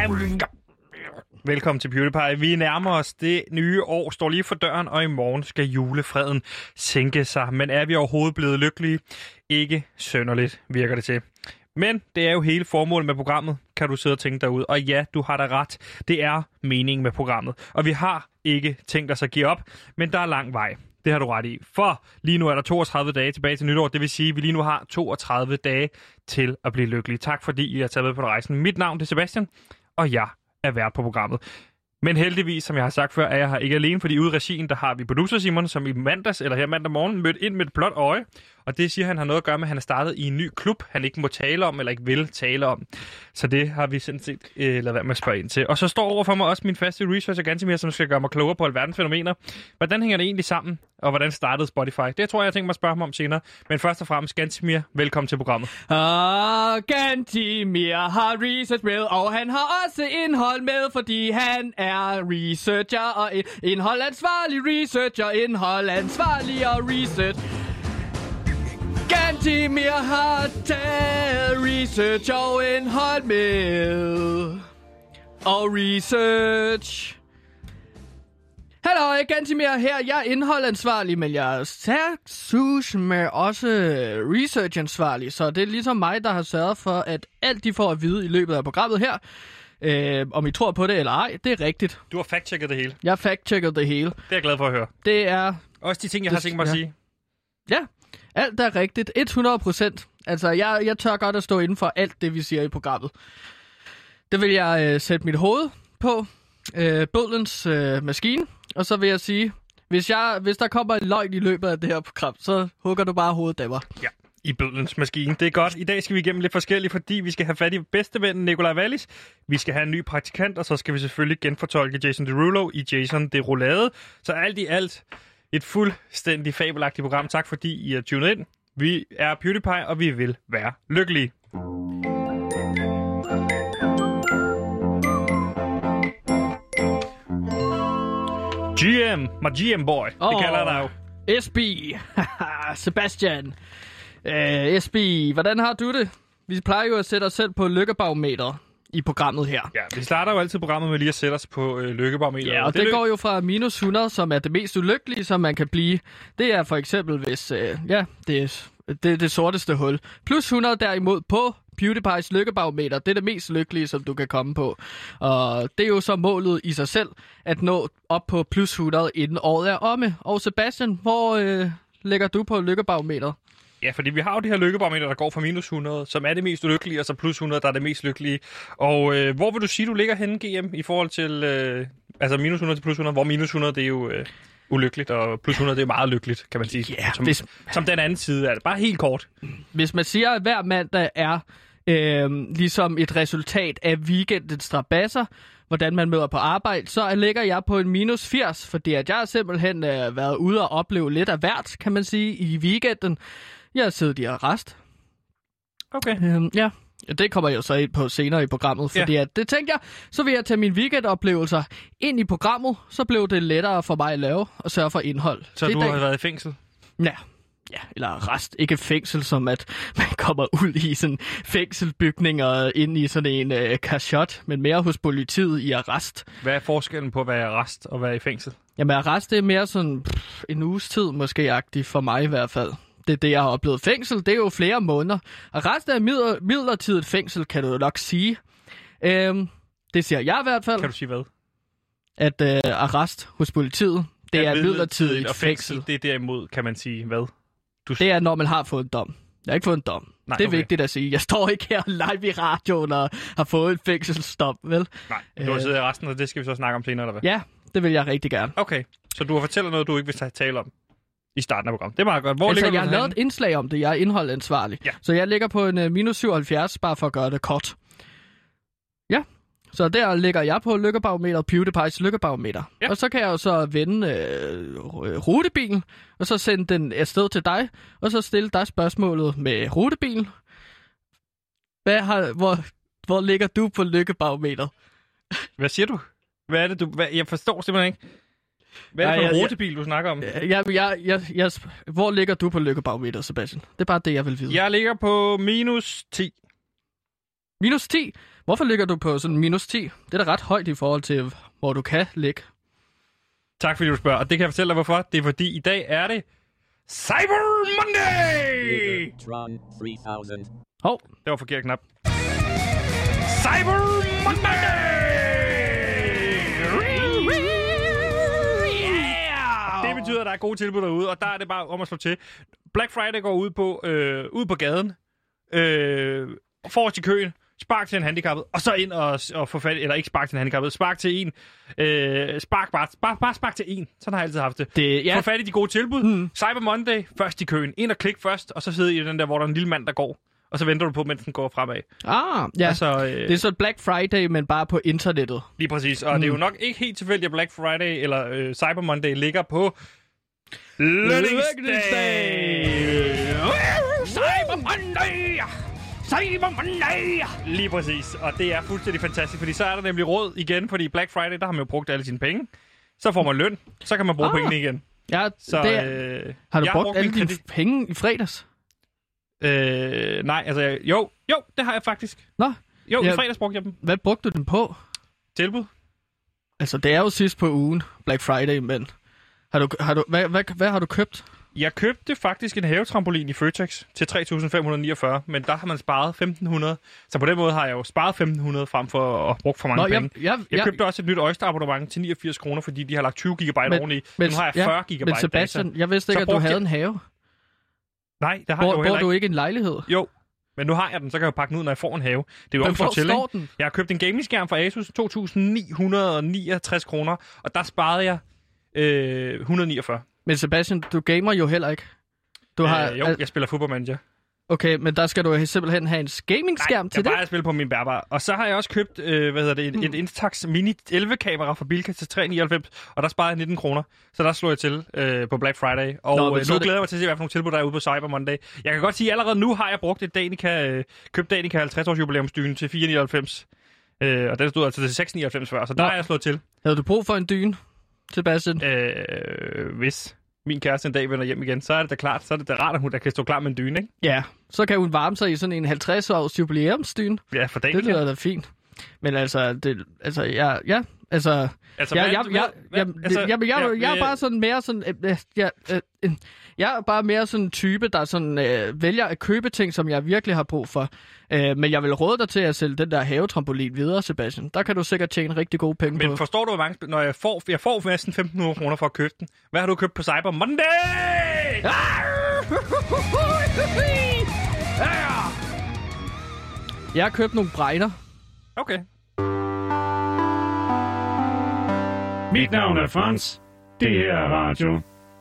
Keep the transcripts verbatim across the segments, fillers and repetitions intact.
Velkommen til PewDiePie. Vi nærmer os det nye år, står lige for døren, og i morgen skal julefreden sænke sig. Men er vi overhovedet blevet lykkelige? Ikke synderligt, virker det til. Men det er jo hele formålet med programmet, kan du sidde og tænke derude. Og ja, du har da ret. Det er meningen med programmet. Og vi har ikke tænkt os at give op, men der er lang vej. Det har du ret i. For lige nu er der toogtredive dage tilbage til nytår. Det vil sige, at vi lige nu har toogtredive dage til at blive lykkelige. Tak fordi I har taget med på rejsen. Mit navn er Sebastian, og jeg er vært på programmet. Men heldigvis, som jeg har sagt før, er jeg her ikke alene, fordi ude i regien, der har vi producer Simon, som i mandags, eller her mandag morgen, mødte ind med et blåt øje. Og det siger han har noget at gøre med, at han er startet i en ny klub, han ikke må tale om, eller ikke vil tale om. Så det har vi sådan set øh, lavet være med at spørge ind til. Og så står over for mig også min faste researcher, Gantemir, som skal gøre mig klogere på alverdens fænomener. Hvordan hænger det egentlig sammen, og hvordan startede Spotify? Det tror jeg, jeg tænker mig at spørge ham om senere. Men først og fremmest, Gantemir, velkommen til programmet. Ah, Gantemir har research med, og han har også indhold med, fordi han er researcher og indholdansvarlig researcher, indholdansvarlig og research. Gantemir har taget research og indhold med. Og research. Hallo, Gantemir her. Jeg er indholdansvarlig, men jeg er stærkt med også researchansvarlig. Så det er ligesom mig, der har sørget for, at alt de får at vide i løbet af programmet her, øh, om I tror på det eller ej, det er rigtigt. Du har fact-checket det hele. Jeg har fact-checket det hele. Det er jeg glad for at høre. Det er... Også de ting, jeg det, har tænkt mig ja. at sige. Ja. Alt er rigtigt. hundrede procent. Altså, jeg, jeg tør godt at stå inden for alt det, vi siger i programmet. Det vil jeg øh, sætte mit hoved på. Øh, Bødlens øh, maskine. Og så vil jeg sige, hvis, jeg, hvis der kommer en løgn i løbet af det her program, så hugger du bare hovedet af mig. Ja, i Bødlens maskine. Det er godt. I dag skal vi igennem lidt forskelligt, fordi vi skal have fat i bedstevennen Nikolaj Wallis. Vi skal have en ny praktikant, og så skal vi selvfølgelig genfortolke Jason Derulo i Jason Derulo. Så alt i alt... et fuldstændig fabelagtigt program. Tak fordi I er tunet ind. Vi er PewDiePie, og vi vil være lykkelige. G M, my G M boy. Oh, det kalder jeg dig jo. S B. Sebastian. Uh, S B, hvordan har du det? Vi plejer jo at sætte os selv på lykkebarometer i programmet her. Ja, vi starter jo altid programmet med lige at sætte os på øh, lykkebarometer. Ja, og det, det går jo fra minus hundrede, som er det mest ulykkelige, som man kan blive. Det er for eksempel, hvis øh, ja, det er det, det sorteste hul. Plus hundrede derimod på PewDiePies lykkebarometer. Det er det mest lykkelige, som du kan komme på. Og det er jo så målet i sig selv, at nå op på plus hundrede, inden året er omme. Og Sebastian, hvor øh, ligger du på lykkebarometer? Ja, fordi vi har jo det her lykkebarometer, der går fra minus hundrede, som er det mest ulykkelige, og så plus hundrede, der er det mest lykkelige. Og øh, hvor vil du sige, du ligger henne, G M, i forhold til øh, altså minus hundrede til plus hundrede? Hvor minus hundrede, det er jo øh, ulykkeligt, og plus hundrede, det er meget lykkeligt, kan man sige. Yeah, som, hvis... som den anden side er det. Bare helt kort. Hvis man siger, at hver mandag er øh, ligesom et resultat af weekendens strabasser, hvordan man møder på arbejde, så ligger jeg på en minus firs, fordi at jeg har simpelthen øh, været ude og opleve lidt af hvert, kan man sige, i weekenden. Jeg har siddet i arrest. Okay. Øhm, ja, det kommer jeg jo så ind på senere i programmet, fordi ja. at det tænkte jeg, så vil jeg tage mine weekendoplevelser ind i programmet, så blev det lettere for mig at lave og sørge for indhold. Så det du dag... har været i fængsel? Ja. Ja, eller arrest. Ikke fængsel, som at man kommer ud i sådan fængselbygning og ind i sådan en øh, kashot, men mere hos politiet i arrest. Hvad er forskellen på at være i arrest og være i fængsel? Jamen arrest, det er mere sådan pff, en uges tid måske-agtigt for mig i hvert fald. Det er det, jeg har oplevet. Fængsel, det er jo flere måneder. Arrest er midler, midlertidigt fængsel, kan du jo nok sige. Øhm, det siger jeg i hvert fald. Kan du sige hvad? At øh, arrest hos politiet, det ja, er midlertidigt og fængsel. fængsel. Det er derimod, kan man sige, hvad? Du... Det er, når man har fået en dom. Jeg har ikke fået en dom. Nej, det er okay. Vigtigt at sige. Jeg står ikke her live i radioen og har fået en fængselsdom, vel? Nej, du har siddet i resten, og det skal vi så snakke om senere, eller hvad? Ja, det vil jeg rigtig gerne. Okay, så du har fortalt noget, du ikke vil tale om i starten af programmet. Det er meget godt. Hvor altså, ligger jeg har lavet et indslag om det. Jeg er indholdansvarlig. Ja. Så jeg ligger på en uh, minus syvoghalvfjerds, bare for at gøre det kort. Ja, så der ligger jeg på lykkebarometer, PewDiePies lykkebarometer. Ja. Og så kan jeg jo så vende øh, rutebilen, og så sende den afsted til dig, og så stille dig spørgsmålet med rutebilen. Hvad har, hvor, hvor ligger du på lykkebarometer? Hvad siger du? Hvad er det, du... Hvad, jeg forstår simpelthen ikke. Hvad er det for en rutebil, du snakker om? Jeg, jeg, jeg, jeg, hvor ligger du på lykkebarometer, Sebastian? Det er bare det, jeg vil vide. Jeg ligger på minus ti. Minus ti? Hvorfor ligger du på sådan minus ti? Det er da ret højt i forhold til, hvor du kan ligge. Tak fordi du spørger, og det kan jeg fortælle dig hvorfor. Det er fordi i dag er det Cyber Monday! Hov. Det var forkert knap. Cyber Monday! Yeah! Det betyder, at der er gode tilbud derude, og der er det bare om at slå til. Black Friday går ud på, øh, ud på gaden, øh, forrest i køen, spark til en handicappet, og så ind og, og få fat, eller ikke spark til en handicappet, spark til en, øh, spark bare, bare, bare spark til en. Sådan har jeg altid haft det. det ja. Få fat i de gode tilbud. Mm. Cyber Monday, først i køen. Ind og klik først, og så sidder I i den der, hvor der er en lille mand, der går. Og så venter du på, mens den går fremad. Ah, ja. Altså, øh, det er så Black Friday, men bare på internettet. Lige præcis. Og mm. det er jo nok ikke helt tilfældigt, at Black Friday eller øh, Cyber Monday ligger på lønningsdag. Cyber Monday! Cyber Monday! Lige præcis. Og det er fuldstændig fantastisk, fordi så er der nemlig råd igen, fordi Black Friday, der har man jo brugt alle sine penge. Så får man løn, så kan man bruge ah. pengene igen. Ja, så, det er... øh, har du brugt alle dine penge i fredags? Øh, nej, altså, jo, jo, det har jeg faktisk. Nå? Jo, ja, i fredags brugte jeg dem. Hvad brugte du dem på? Tilbud. Altså, det er jo sidst på ugen, Black Friday, men har du, har du, hvad, hvad, hvad har du købt? Jeg købte faktisk en havetrampolin i Føtex til tre tusind fem hundrede niogfyrre, men der har man sparet femten hundrede. Så på den måde har jeg jo sparet femten hundrede frem for at bruge for mange Nå, penge. Jeg, jeg, jeg købte jeg, også et nyt Oyster-abonnement til niogfirs kroner, fordi de har lagt tyve gigabyte oveni. Men nu har jeg fyrre gigabyte Men Sebastian, data. Jeg vidste ikke, så at du havde jeg... en have. Nej, det har Bor, jeg jo heller ikke. Bor du ikke i en lejlighed? Jo, men nu har jeg den, så kan jeg jo pakke den ud, når jeg får en have. Det er jo omstår til, ikke? Jeg har købt en gaming-skærm fra Asus, to tusind ni hundrede niogtres kroner, og der sparede jeg øh, et hundrede niogfyrre. Men Sebastian, du gamer jo heller ikke. Du øh, har, jo, jeg spiller Football Manager. Okay, men der skal du simpelthen have en gaming-skærm til det? Nej, jeg bare spille på min bærbar. Og så har jeg også købt, øh, hvad hedder det, et, mm. et Instax Mini elleve-kamera fra Bilka til tre hundrede nioghalvfems, og der sparede jeg nitten kroner. Så der slår jeg til øh, på Black Friday. Og Nå, øh, nu glæder det... jeg mig til at se, hvad for nogle tilbud der er ude på Cyber Monday. Jeg kan godt sige, at allerede nu har jeg brugt et Danica, øh, købt Danica halvtreds års jubilæumsdyne til fire hundrede nioghalvfems. Øh, og den stod altså til seks hundrede nioghalvfems før, så der Nå. har jeg slået til. Havde du brug for en dyne, Sebastian? Øh, hvis... min kæreste en dag vender hjem igen, så er det da klart, så er det da rart, at hun der kan stå klar med en dyne, ikke? Ja, så kan hun varme sig i sådan en halvtreds års jubilæumsdyne. Ja, for dagen. Det lyder da fint. Men altså, det, altså, ja, ja, altså... Altså, jeg, hvad, jeg, jeg, hvad, jeg, altså, jeg, jeg, jeg, jeg er bare sådan mere sådan... Øh, jeg, øh, jeg er bare mere sådan en type, der sådan, øh, vælger at købe ting, som jeg virkelig har brug for. Øh, men jeg vil råde dig til at sælge den der havetrampolin videre, Sebastian. Der kan du sikkert tjene rigtig gode penge men på. Men forstår du, hvor mange... Når jeg får, jeg får næsten femten hundrede kroner for at købe den. Hvad har du købt på Cyber Monday? Jeg har købt nogle bregner. Okay. Mit navn er Frans. Det her er radio.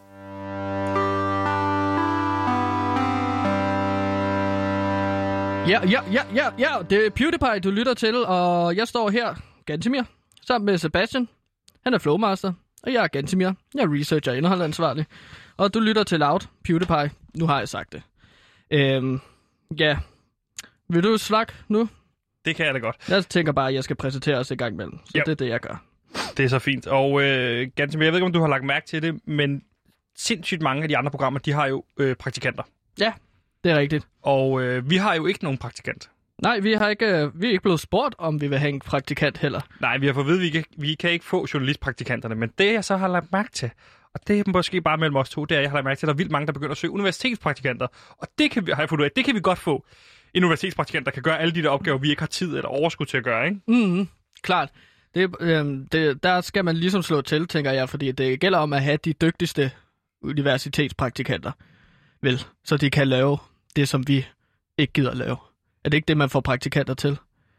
Ja, ja, ja, ja, ja, det er PewDiePie, du lytter til, og jeg står her, Gantimir, sammen med Sebastian. Han er Flowmaster, og jeg er Gantimir. Jeg er researcher og indholdansvarlig. Og du lytter til Loud, PewDiePie. Nu har jeg sagt det. Øhm, ja. Vil du snakke nu? Det kan jeg da godt. Jeg tænker bare, at jeg skal præsentere os i gang imellem. Så yep. Det er det, jeg gør. Det er så fint. Og øh, Gantimir, jeg ved ikke, om du har lagt mærke til det, men sindssygt mange af de andre programmer, de har jo øh, praktikanter. Ja. Det er rigtigt. Og øh, vi har jo ikke nogen praktikant. Nej, vi, har ikke, øh, vi er ikke blevet spurgt, om vi vil have en praktikant heller. Nej, vi har fået at vide, at vi kan, vi kan ikke få journalistpraktikanterne. Men det, jeg så har lagt mærke til, og det er måske bare mellem os to, det er, jeg har lagt mærke til, at der er vildt mange, der begynder at søge universitetspraktikanter. Og det kan vi, har jeg fundet ud af, det kan vi godt få. En universitetspraktikant, der kan gøre alle de der opgaver, vi ikke har tid eller overskud til at gøre, ikke? Mhm, klart. Det, øh, det, der skal man ligesom slå til, tænker jeg, fordi det gælder om at have de dygtigste universitetspraktikanter. Vel, så de kan lave det, som vi ikke gider at lave. Er det ikke det, man får praktikanter til?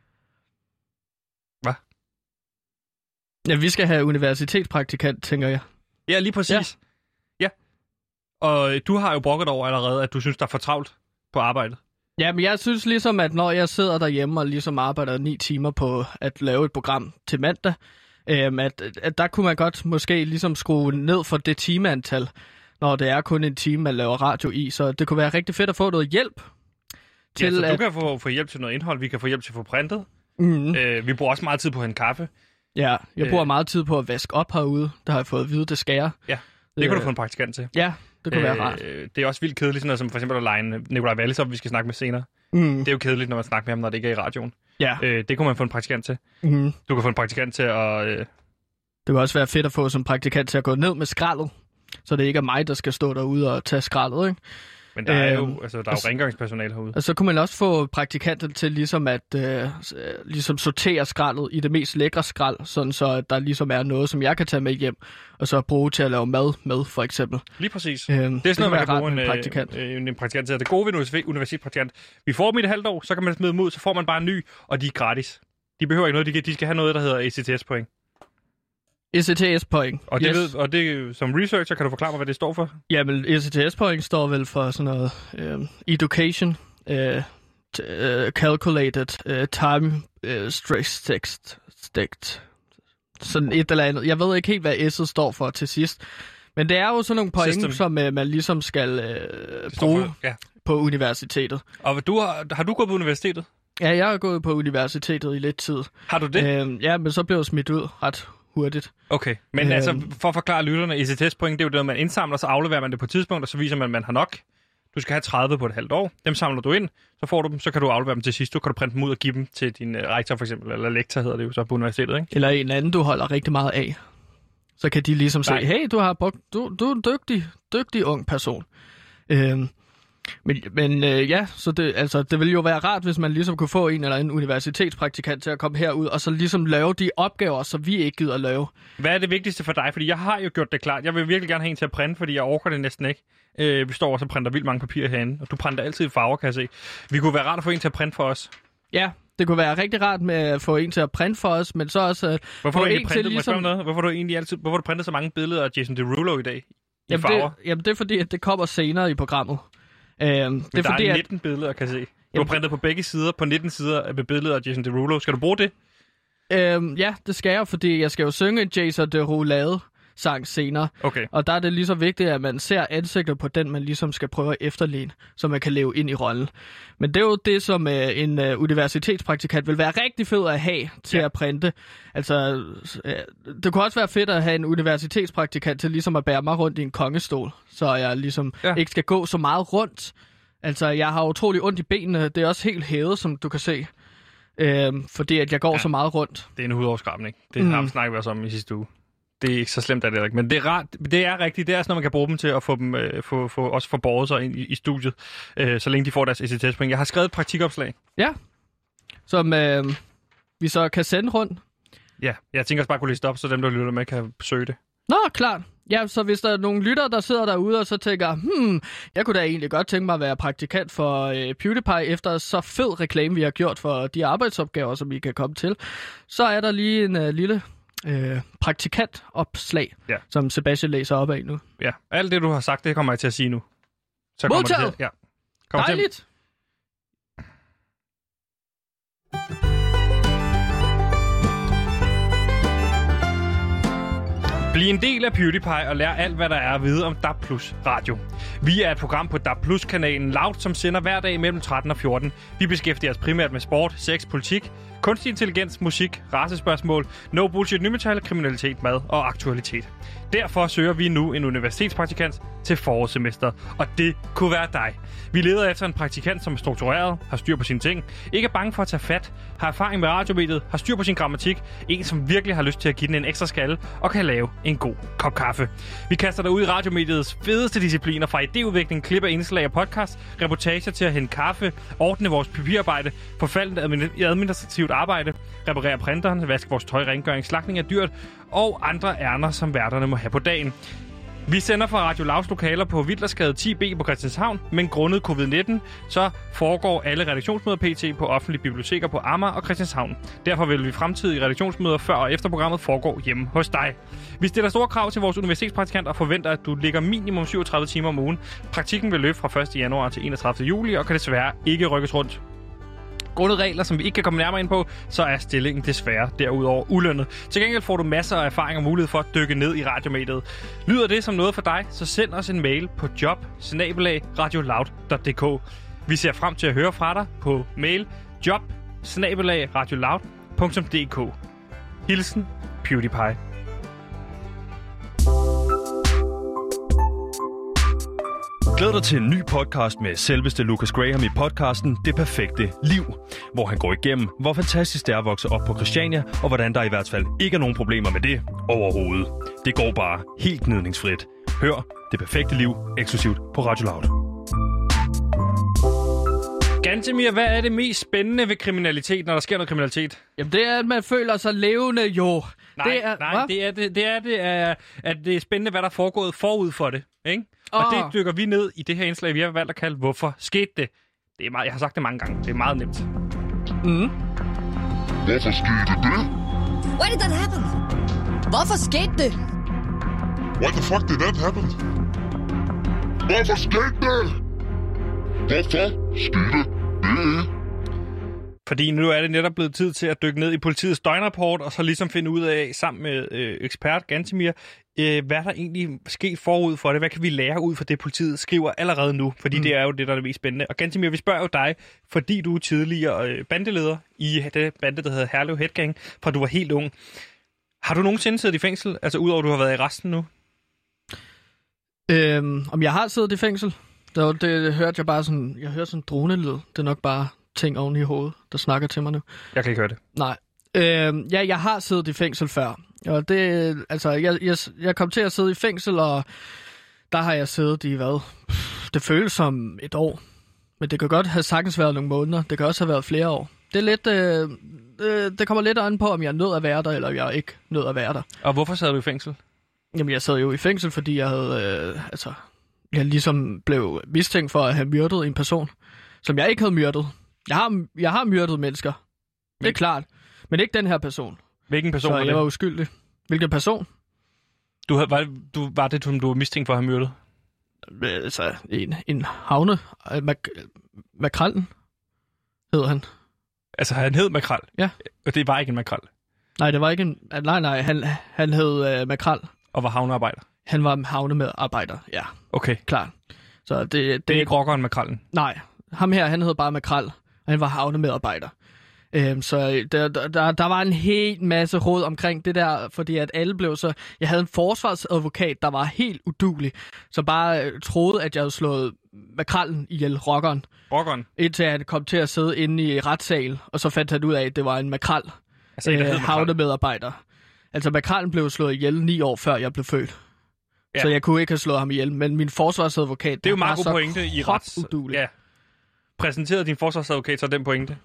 Hvad? Ja, vi skal have universitetspraktikant, tænker jeg. Ja, lige præcis. Ja. ja. Og du har jo brokket over allerede, at du synes, der er for travlt på arbejdet. Ja, men jeg synes ligesom, at når jeg sidder derhjemme og ligesom arbejder ni timer på at lave et program til mandag, øhm, at, at der kunne man godt måske ligesom skrue ned for det timeantal, når det er kun en time, man laver radio i. Så det kunne være rigtig fedt at få noget hjælp. Til, ja, så du at... kan få, få hjælp til noget indhold, vi kan få hjælp til at få printet. Mm-hmm. Øh, vi bruger også meget tid på en kaffe. Ja, jeg bruger øh... meget tid på at vaske op herude. Der har jeg fået at vide, det skærer. Ja, det øh... kan du få en praktikant til. Ja, det kunne øh, være rart. Det er også vildt kedeligt, sådan noget, som for eksempel at lege Nikolaj Wallis op, vi skal snakke med senere. Mm. Det er jo kedeligt, når man snakker med ham, når det ikke er i radioen. Ja. Øh, det kunne man få en praktikant til. Mm. Du kan få en praktikant til at... Øh... Det kan også være fedt at få som praktikant til at gå ned med skraldet, så det ikke er mig, der skal stå derude og tage skraldet, ikke? Men der er jo, Øhm, altså, der er jo rengøringspersonale herude. Og så kunne man også få praktikanter til ligesom at øh, ligesom sortere skraldet i det mest lækre skrald, sådan så at der ligesom er noget, som jeg kan tage med hjem, og så bruge til at lave mad med, for eksempel. Lige præcis. Øhm, det er sådan det noget, man kan bruge en, en praktikant. Øh, en praktikant til. Det gode ved en universitetspraktikant. Vi får dem i et halvt år, så kan man smide dem ud, så får man bare en ny, og de er gratis. De behøver ikke noget, de, kan, de skal have noget, der hedder E C T S-point. E C T S-point. Og, det yes. ved, og det, som researcher, kan du forklare mig, hvad det står for? Jamen, E C T S-point står vel for sådan noget øh, education, øh, t- øh, calculated, øh, time, øh, stress text, text, sådan et eller andet. Jeg ved ikke helt, hvad S'et står for til sidst. Men det er jo sådan nogle point, System. som øh, man ligesom skal øh, bruge for, ja. på universitetet. Og du har, har du gået på universitetet? Ja, jeg har gået på universitetet i lidt tid. Har du det? Øh, ja, men så blev jeg smidt ud ret hurtigt. Okay, men øhm. altså for at forklare lytterne, E C T S-point, det er jo det, man indsamler, så afleverer man det på et tidspunkt, og så viser man, at man har nok. Du skal have tredive på et halvt år. Dem samler du ind, så får du dem, så kan du aflevere dem til sidst. Du kan du printe dem ud og give dem til din uh, rektor for eksempel, eller lektor hedder det jo så på universitetet, ikke? Eller en anden, du holder rigtig meget af. Så kan de ligesom Nej. se, hey, du har brugt, du, du er en dygtig, dygtig ung person. Øhm, men men øh, ja, så det, altså, det ville jo være rart, hvis man ligesom kunne få en eller anden universitetspraktikant til at komme herud, og så ligesom lave de opgaver, som vi ikke gider at lave. Hvad er det vigtigste for dig? Fordi jeg har jo gjort det klart. Jeg vil virkelig gerne have en til at printe, fordi jeg overgår det næsten ikke. Øh, vi står også og printer vildt mange papirer herinde, og du printer altid i farver, kan jeg se. Vi kunne være rart at få en til at printe for os. Ja, det kunne være rigtig rart med at få en til at printe for os, men så også uh, hvorfor få du en til ligesom... ligesom... Hvorfor du egentlig altid... Hvorfor har du printet så mange billeder af Jason Derulo i dag? I jamen, farver? det, jamen det er fordi, at det kommer senere i programmet. Uh, det men er der fordi, er nitten at... billeder, kan jeg se. Du jamen... har printet på begge sider, på nitten sider med billeder af Jason Derulo. Skal du bruge det? Uh, ja, det skal jeg, fordi jeg skal jo synge en Jason Derulo sang senere. Okay. Og der er det lige så vigtigt, at man ser ansigter på den, man ligesom skal prøve at efterligne, så man kan leve ind i rollen. Men det er jo det, som uh, en uh, universitetspraktikant vil være rigtig fed at have til ja. at printe. Altså, uh, det kunne også være fedt at have en universitetspraktikant til ligesom at bære mig rundt i en kongestol, så jeg ligesom ja. ikke skal gå så meget rundt. Altså, jeg har utrolig ondt i benene. Det er også helt hævet, som du kan se. Uh, fordi at jeg går ja. så meget rundt. Det er en hudoverskrabning. Det har vi snakket vi også om i sidste uge. Det er ikke så slemt, er det ikke. Men det er, rart, det er rigtigt. Det er sådan, at man kan bruge dem til at få dem, øh, få, få, også få borget sig ind i, i studiet, øh, så længe de får deres E C T S-point. Jeg har skrevet et praktikopslag. Ja, som øh, vi så kan sende rundt. Ja, jeg tænker også bare at kunne læse det op, så dem, der lytter med, kan søge det. Nå, klart. Ja, så hvis der er nogle lyttere, der sidder derude og så tænker, hmm, jeg kunne da egentlig godt tænke mig at være praktikant for øh, PewDiePie, efter så fed reklame, vi har gjort for de arbejdsopgaver, som vi kan komme til, så er der lige en øh, lille... Øh, praktikantopslag, ja. som Sebastian læser op af nu. Ja, alt det, du har sagt, det kommer jeg til at sige nu. Så kommer det til, ja. Kommer Dejligt! Til. Bliv en del af PewDiePie og lær alt, hvad der er at vide om D A B Plus Radio. Vi er et program på D A B Plus-kanalen Loud, som sender hver dag mellem tretten og fjorten. Vi beskæftiger os primært med sport, sex, politik, kunstig intelligens, musik, racespørgsmål, no bullshit, nymetal, kriminalitet, mad og aktualitet. Derfor søger vi nu en universitetspraktikant til forårssemester, og det kunne være dig. Vi leder efter en praktikant, som er struktureret, har styr på sine ting, ikke er bange for at tage fat, har erfaring med radiomediet, har styr på sin grammatik, en som virkelig har lyst til at give den en ekstra skalle og kan lave en god kop kaffe. Vi kaster dig ud i radiomediets fedeste discipliner, fra idéudvikling, klip af indslag og podcast, reportager til at hente kaffe, ordne vores papirarbejde, forfaldende administrativt arbejde, reparere printeren, vaske vores tøj, rengøring, slagtning af dyrt og andre ærner, som værterne må have på dagen. Vi sender fra Radio Louds lokaler på Vitlersgade ti B på Christianshavn, men grundet covid nitten, så foregår alle redaktionsmøder pt. På offentlige biblioteker på Amager og Christianshavn. Derfor vil vi fremtidige redaktionsmøder før og efter programmet foregår hjemme hos dig. Vi stiller store krav til vores universitetspraktikant og forventer, at du ligger minimum syvogtredive timer om ugen. Praktikken vil løbe fra første januar til enogtredivte juli og kan desværre ikke rykkes rundt. Grundet regler, som vi ikke kan komme nærmere ind på, så er stillingen desværre derudover ulønnet. Til gengæld får du masser af erfaring og mulighed for at dykke ned i radiomediet. Lyder det som noget for dig, så send os en mail på job bindestreg radioloud punktum d k. Vi ser frem til at høre fra dig på mail job bindestreg radioloud punktum d k. Hilsen PewDiePie. Glæd dig til en ny podcast med selveste Lucas Graham i podcasten Det Perfekte Liv, hvor han går igennem, hvor fantastisk det er at vokse op på Christiania, og hvordan der i hvert fald ikke er nogen problemer med det overhovedet. Det går bare helt gnidningsfrit. Hør Det Perfekte Liv eksklusivt på Radio Loud. Gantemir, hvad er det mest spændende ved kriminalitet, når der sker noget kriminalitet? Jamen, det er, at man føler sig levende, jo. Nej, det er, nej det, er det, det er det, er, at det er spændende, hvad der er foregået forud for det, ikke? Og oh. det dykker vi ned i det her indslag, vi har valgt at kalde, hvorfor skete det? Det er meget, jeg har sagt det mange gange. Det er meget nemt. Mm. Hvorfor skete det? Why did that happen? Hvorfor skete det? Why the fuck did that happen? Hvorfor skete det? Hvorfor skete det? Fordi nu er det netop blevet tid til at dykke ned i politiets døgnrapport, og så ligesom finde ud af, sammen med øh, ekspert Gantemir, øh, hvad der egentlig sket forud for det. Hvad kan vi lære ud fra det, politiet skriver allerede nu? Fordi mm. det er jo det, der er det mest spændende. Og Gantemir, vi spørger jo dig, fordi du er tidligere øh, bandeleder i det bande, der hedder Herlev Headgang, fra du var helt ung. Har du nogensinde siddet i fængsel? Altså udover at du har været i resten nu? Øhm, om jeg har siddet i fængsel? Det, det hørte jeg bare sådan, jeg hørte sådan en dronelyd. Det er nok bare ting oven i hovedet, der snakker til mig nu. Jeg kan ikke høre det. Nej. Øhm, ja, jeg har siddet i fængsel før. Og det, altså, jeg, jeg, jeg kom til at sidde i fængsel, og der har jeg siddet i hvad? Det føles som et år. Men det kan godt have sagtens været nogle måneder. Det kan også have været flere år. Det er lidt, øh, øh, det kommer lidt an på, om jeg er nødt at være der, eller om jeg er ikke nødt at være der. Og hvorfor sad du i fængsel? Jamen, jeg sad jo i fængsel, fordi jeg havde, øh, altså, jeg ligesom blev mistænkt for at have myrdet en person, som jeg ikke havde myrdet. Jeg har, jeg har myrdet mennesker. Det er klart. Men ikke den her person. Hvilken person så var det? jeg var uskyldig. Hvilken person? Du havde, var, du, var det, som du var mistænkt for at have myrdet? Altså, en, en havne. Mak- Makrallen hed han. Altså, han hed Makrel? Ja. Og det var ikke en makrel? Nej, det var ikke en... Nej, nej, han, han hed uh, Makrel. Og var havnearbejder? Han var havnemedarbejder, ja. Okay. Klart. Så det, det, det er ikke rockeren Makrallen? Nej, ham her, han hed bare Makrel. Og han var havnemedarbejder. Øhm, så der, der, der var en helt masse råd omkring det der, fordi at alle blev så... Jeg havde en forsvarsadvokat, der var helt uduelig, så bare øh, troede, at jeg havde slået Makrallen ihjel, rockeren. Rockeren? Indtil han kom til at sidde inde i retssal, og så fandt han ud af, at det var en Makrel, altså, øh, havnemedarbejder. Altså, Makrallen blev slået ihjel ni år før jeg blev født. Ja. Så jeg kunne ikke have slået ham ihjel, men min forsvarsadvokat... Det er jo meget god pointe i rets... uduelig. Ja. Præsenterede din forsvarsadvokat så den pointe?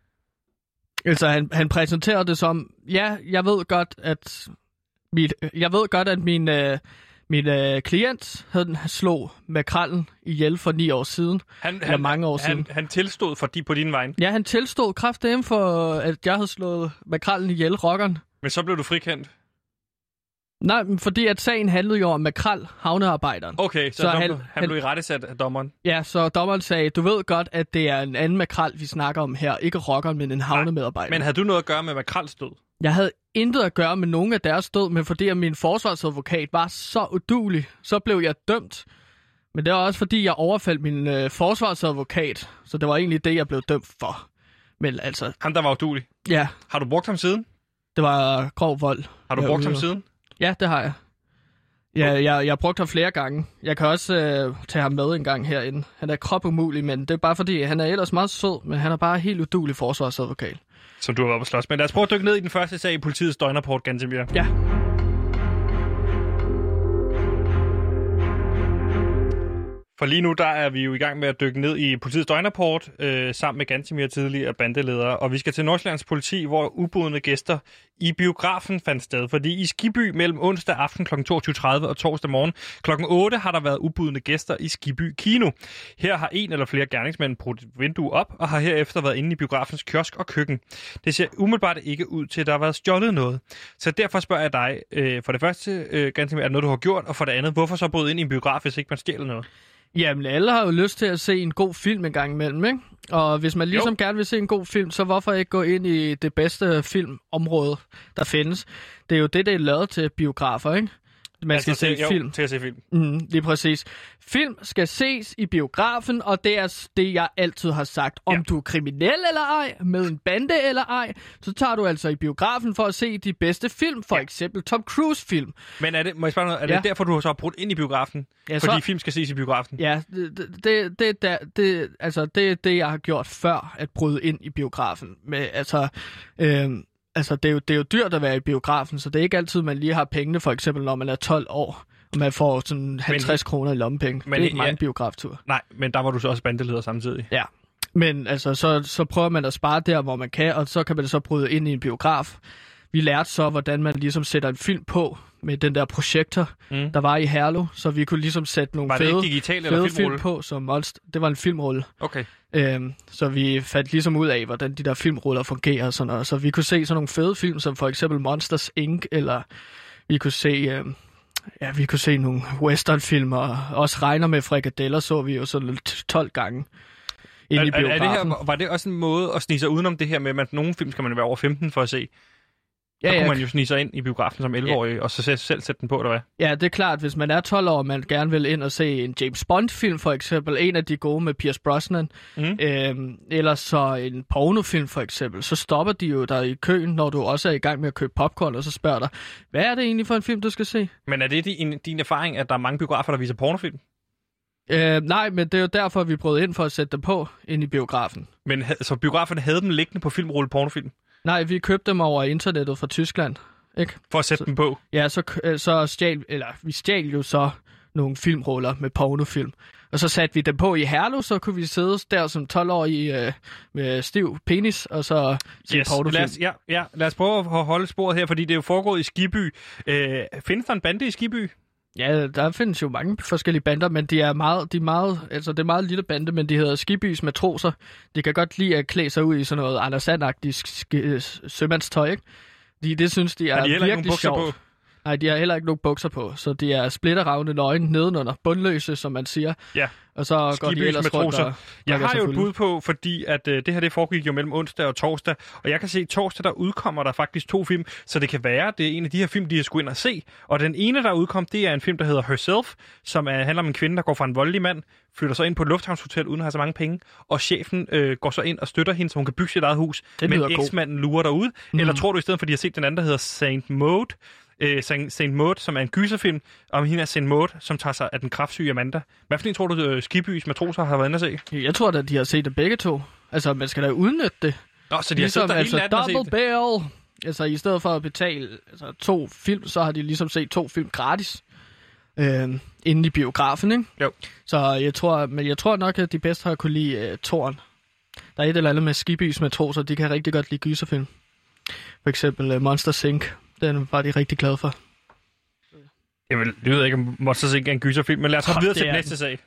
Altså, han, han præsenterede det som, ja, jeg ved godt, at mit, jeg ved godt, at min, øh, min øh, klient havde slog Makrallen ihjel for ni år siden. Han, eller han, mange år han, siden. Han tilstod for de på din vej? Ja, han tilstod kraftedeme for, at jeg havde slået Makrallen ihjel, rockeren. Men så blev du frikendt? Nej, fordi at sagen handlede jo om Makrel, havnearbejderen. Okay, så, så han, han, han blev i rettesat af dommeren? Ja, så dommeren sagde, du ved godt, at det er en anden Makrel, vi snakker om her. Ikke rockeren, men en havnemedarbejder. Men havde du noget at gøre med Makrels død? Jeg havde intet at gøre med nogen af deres død, men fordi at min forsvarsadvokat var så uduelig, så blev jeg dømt. Men det var også fordi, jeg overfaldt min øh, forsvarsadvokat, så det var egentlig det, jeg blev dømt for. Men altså... Han, der var uduelig? Ja. Har du brugt ham siden? Det var grov vold. Har du brugt ham siden? Ja, det har jeg. Ja, jeg, jeg har brugt ham flere gange. Jeg kan også øh, tage ham med en gang herinde. Han er kropumulig, men det er bare fordi, han er ellers meget sød, men han er bare helt uduelig forsvarsadvokat. Som du har været på slås. Men lad os prøve at dykke ned i den første sag i politiets døgnrapport, Gantemir. Ja. For lige nu, der er vi jo i gang med at dykke ned i politiets døgnrapport, øh, sammen med Gantemir, tidligere bandeleder. Og vi skal til Nordsjællands politi, hvor ubudne gæster i biografen fandt sted. Fordi i Skiby mellem onsdag aften kl. toogtyve tredive og torsdag morgen klokken otte har der været ubudne gæster i Skiby Kino. Her har en eller flere gerningsmænd brudt et vindue op, og har herefter været inde i biografens kiosk og køkken. Det ser umiddelbart ikke ud til, at der har været stjålet noget. Så derfor spørger jeg dig, øh, for det første, øh, Gantemir, er det noget, du har gjort? Og for det andet, hvorfor så bryde ind i en biograf, hvis ikke man stjæler noget? Jamen, alle har jo lyst til at se en god film en gang imellem, ikke? Og hvis man ligesom jo. gerne vil se en god film, så hvorfor ikke gå ind i det bedste filmområde, der findes? Det er jo det, det er lavet til biografer, ikke? man skal altså, se til, jo, film. til at se film. Mm, lige præcis. Film skal ses i biografen, og det er det, jeg altid har sagt. Om ja. du er kriminel eller ej, med en bande eller ej, så tager du altså i biografen for at se de bedste film, for ja. eksempel Tom Cruise-film. Men er det, må jeg spørge noget, er ja. det derfor, du har så brudt ind i biografen? Ja, fordi så, film skal ses i biografen? Ja, det, det, det, det, det, altså, det er det, jeg har gjort før at bryde ind i biografen. Med, altså... Øh, Altså, det er, jo, det er jo dyrt at være i biografen, så det er ikke altid, man lige har pengene, for eksempel når man er tolv år, og man får sådan halvtreds kroner i lommepenge. Det er ikke mange ja, biografture. Nej, men der var du så også bandeleder samtidig. Ja, men altså, så, så prøver man at spare der, hvor man kan, og så kan man så bryde ind i en biograf. Vi lærte så, hvordan man ligesom sætter en film på med den der projektor, mm. der var i Herlev, så vi kunne ligesom sætte nogle var det fede, ikke digital fede eller film på, som Monster. Det var en filmrulle. Okay. Øhm, så vi fandt ligesom ud af, hvordan de der filmruller fungerer og sådan noget. Så vi kunne se sådan nogle fede film, som for eksempel Monsters Incorporated, eller vi kunne se, øhm, ja, vi kunne se nogle westernfilm, og også Regner med frikadeller så vi jo sådan tolv gange inde er, i biografen. Er det her, var det også en måde at snige sig udenom det her med, at nogle film skal man være over femten for at se? Så ja, kunne ja. man jo snige sig ind i biografen som elleve-årig, ja. og så selv, selv sætte den på, eller hvad? Ja, det er klart, hvis man er tolv år, og man gerne vil ind og se en James Bond-film, for eksempel, en af de gode med Pierce Brosnan, mm. øhm, eller så en pornofilm, for eksempel, så stopper de jo der i køen, når du også er i gang med at købe popcorn, og så spørger dig, hvad er det egentlig for en film, du skal se? Men er det din, din erfaring, at der er mange biografer, der viser pornofilm? Øh, nej, men det er jo derfor, vi brød ind for at sætte dem på ind i biografen. Men så biograferne havde dem liggende på filmrulle pornofilm? Nej, vi købte dem over internettet fra Tyskland, ikke? For at sætte så, dem på? Ja, så, så stjal, eller vi stjal jo så nogle filmruller med pornofilm. Og så satte vi dem på i Herlev, så kunne vi sidde der som tolv-årige øh, med stiv penis, og så se yes. pornofilm. Lad os, ja, ja, lad os prøve at holde sporet her, fordi det er jo foregået i Skiby. Øh, findes der en bande i Skiby? Ja, der findes jo mange forskellige bander, men de er meget, de er meget, altså det er meget lille bande, men de hedder Skibys Matroser. De kan godt lide at klæde sig ud i sådan noget Anders Sand-agtigt sømandstøj, ikke? De, det synes de er, er de virkelig sjovt. Nej, de har heller ikke nogen bukser på, så de er splitteravne nøgen nedenunder, bundløse, som man siger. Ja. Og så går Skibys de ellers rundt og... Jeg har jo et bud på, fordi at øh, det her det foregik jo mellem onsdag og torsdag, og jeg kan se, at torsdag der udkommer der faktisk to film, så det kan være, det er en af de her film, de har skulle ind og se. Og den ene, der udkom, det er en film, der hedder Herself, som er, handler om en kvinde, der går fra en voldelig mand, flytter så ind på et lufthavnshotel uden at have så mange penge, og chefen øh, går så ind og støtter hende, så hun kan bygge sit eget hus, men eksmanden lurer derude. Mm. Eller tror du i stedet for, de har set den anden, der hedder Saint Maud, Øh, Saint Maud, som er en gyserfilm, om hende er Saint Maud, som tager sig af den kræftsyge Amanda. Hvad for en tror du, Skibys Matroser har været inde at se? Jeg tror da, de har set det begge to. Altså, man skal da udnytte det. Nå, så de ligesom, har siddet der altså, hele double bill. Altså, i stedet for at betale altså, to film, så har de ligesom set to film gratis. Øh, inde i biografen, ikke? Jo. Så jeg tror, men jeg tror nok, at de bedste har kunne lide uh, Toren. Der er et eller andet med Skibys Matroser, de kan rigtig godt lide gyserfilm. For eksempel uh, Monsters Incorporated. Den var de rigtig glade for. Jamen, det ved jeg ikke, om Monsters Incorporated er en gyserfilm, men lad os komme videre til næste sag.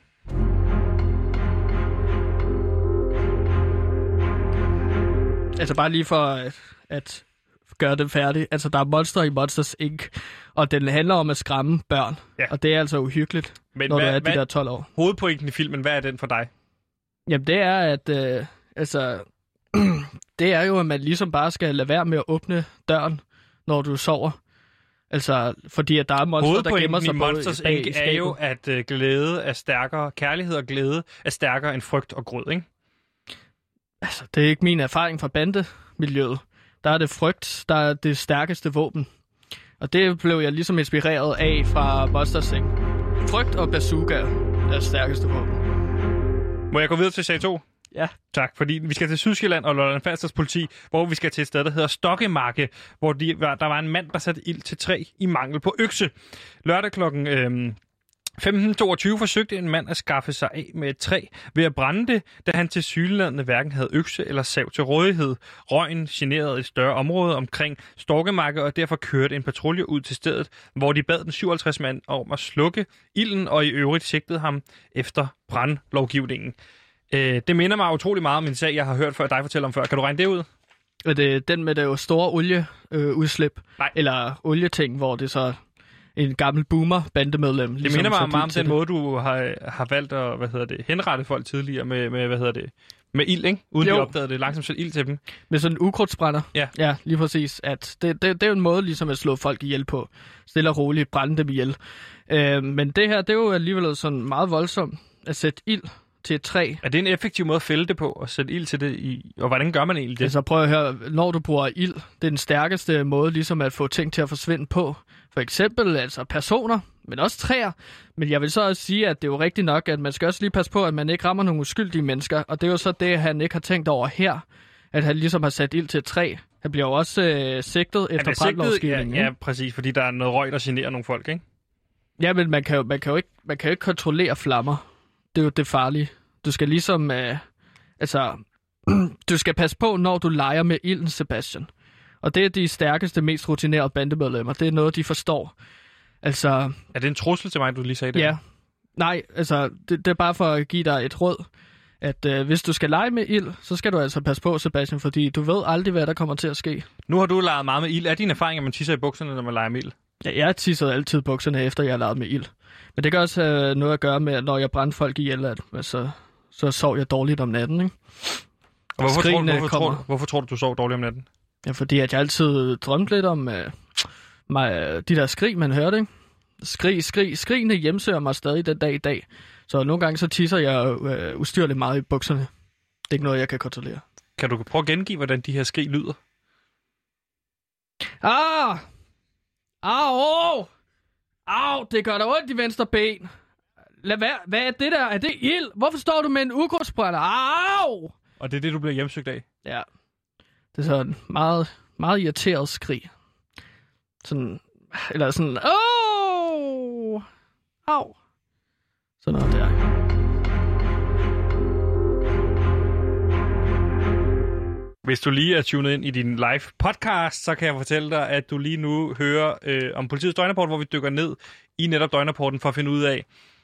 Altså bare lige for at, at gøre det færdigt. Altså, der er monster i Monsters Incorporated, og den handler om at skræmme børn. Ja. Og det er altså uhyggeligt, men når hvad, du er de hvad, der tolv år. Hovedpointen i filmen, hvad er den for dig? Jamen, det er, at øh, altså, det er jo, at man ligesom bare skal lade være med at åbne døren, når du sover. Altså, fordi at der er monster, der gemmer sig både Monsters bag i skabet. Er jo, at uh, glæde er stærkere, kærlighed og glæde er stærkere end frygt og grød, ikke? Altså, det er ikke min erfaring fra bandemiljøet. Der er det frygt, der er det stærkeste våben. Og det blev jeg ligesom inspireret af fra Monsters Incorporated. Frygt og bazooka er det stærkeste våben. Må jeg gå videre til sag to? Ja. Tak, fordi vi skal til Sydsjælland og Lolland Falsters politi, hvor vi skal til et sted, der hedder Stokkemarke, hvor de, der var en mand, der satte ild til træ i mangel på økse. Lørdag klokken øhm, femten toogtyve forsøgte en mand at skaffe sig af med et træ ved at brænde det, da han til sygeladende hverken havde økse eller sav til rådighed. Røgen generede et større område omkring Stokkemarke, og derfor kørte en patrulje ud til stedet, hvor de bad den syvoghalvtreds mand om at slukke ilden, og i øvrigt sigtede ham efter brandlovgivningen. Det minder mig utrolig meget om en sag, jeg har hørt før dig fortælle om før. Kan du regne det ud? Er det den med det jo store olieudslip? Øh, Nej. Eller olieting, hvor det så en gammel boomer-bandemedlem. Ligesom det minder mig meget om den måde, du har, har valgt at hvad hedder det, henrette folk tidligere med, med hvad hedder det, Med ild, ikke? Uden Jo. de opdagede det. Langsomt sætte ild til dem. Med sådan en ukrudtsbrænder. Ja. Ja, lige præcis. At det, det, det er jo en måde ligesom at slå folk ihjel på. Stille og roligt, brænde dem ihjel. Øh, men det her, det er jo alligevel sådan meget voldsomt at sætte ild til et træ. Er det en effektiv måde at fælde det på, og sætte ild til det i? Og hvordan gør man egentlig det? Altså prøv at høre, når du bruger ild, det er den stærkeste måde ligesom at få ting til at forsvinde på. For eksempel altså personer, men også træer. Men jeg vil så også sige, at det er jo rigtigt nok, at man skal også lige passe på, at man ikke rammer nogle uskyldige mennesker. Og det er jo så det, han ikke har tænkt over her. At han ligesom har sat ild til et træ. Han bliver jo også øh, sigtet efter brandlovsgivningen. Ja, ja, præcis, fordi der er noget røg, der generer nogle folk, ikke? Ja, men man kan jo, man kan jo, ikke, man kan jo ikke kontrollere flammer. Det er jo det farlige. Du skal ligesom... Øh, altså... du skal passe på, når du leger med ilden, Sebastian. Og det er de stærkeste, mest rutinerede bandemedlemmer. Det er noget, de forstår. Altså... Er det en trussel til mig, du lige sagde det? Ja. Nej, altså, det, det er bare for at give dig et råd. At øh, hvis du skal lege med ild, så skal du altså passe på, Sebastian, fordi du ved aldrig, hvad der kommer til at ske. Nu har du leget meget med ild. Er din erfaring, at man tisser i bukserne, når man leger med ild? Ja, jeg tisser altid bukserne, efter jeg har leget med ild. Men det kan også have noget at gøre med, at når jeg brændte folk ihjel, at, så, så sov jeg dårligt om natten, ikke? Og hvorfor, tror, Skrigene hvorfor, tror, kommer. du- hvorfor tror du, du sov dårligt om natten? Ja, fordi at jeg altid drømte lidt om øh, mig, de der skrig, man hørte, ikke? Skrig, skrig, skrigene hjemsøger mig stadig den dag i dag. Så nogle gange så tisser jeg øh, ustyrligt meget i bukserne. Det er ikke noget, jeg kan kontrollere. Kan du prøve at gengive, hvordan de her skrig lyder? Ah! Au! Au, det gør da ondt i venstre ben. Lad være. Hvad er det der? Er det ild? Hvorfor står du med en ukrudtsbrænder? Au! Og det er det, du bliver hjemsøgt af? Ja. Det er sådan meget, meget irriteret skrig. Sådan, eller sådan, åh! Au! Sådan noget der. Hvis du lige er tunet ind i din live podcast, så kan jeg fortælle dig, at du lige nu hører øh, om politiets døgnrapport, hvor vi dykker ned i netop døgnrapporten for at finde ud af,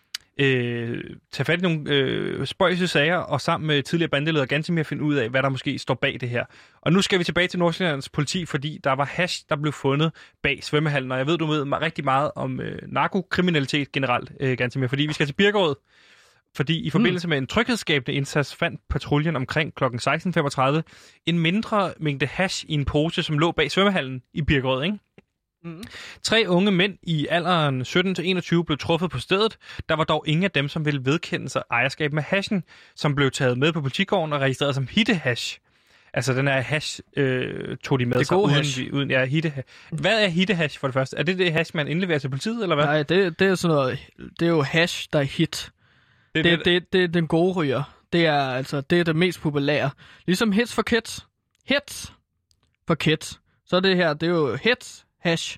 øh, tage fat i nogle øh, spøjse sager, og sammen med tidligere bandeleder Gantemir finde ud af, hvad der måske står bag det her. Og nu skal vi tilbage til Nordsjællands politi, fordi der var hash, der blev fundet bag svømmehallen, og jeg ved, du ved rigtig meget om øh, narkokriminalitet generelt, øh, Gantemir, fordi vi skal til Birkerød. Fordi i forbindelse mm. med en tryghedsskabende indsats fandt patruljen omkring klokken seksten femogtredive en mindre mængde hash i en pose, som lå bag svømmehallen i Birkerød, ikke? Mm. Tre unge mænd i alderen sytten til enogtyve blev truffet på stedet. Der var dog ingen af dem, som ville vedkende sig ejerskab med hashen, som blev taget med på politigården og registreret som hittehash. Altså den her hash øh, tog de med det sig uden, hash. uden ja, hitte. Hvad er hittehash for det første? Er det det hash, man indleverer til politiet, eller hvad? Nej, det, det er sådan noget, det er jo hash, der er hit. Det, det, det, det, det er den gode ryger. Det er altså det er det mest populære. Ligesom hits for kids. Hits for kids. Så det her, det er jo hits, hash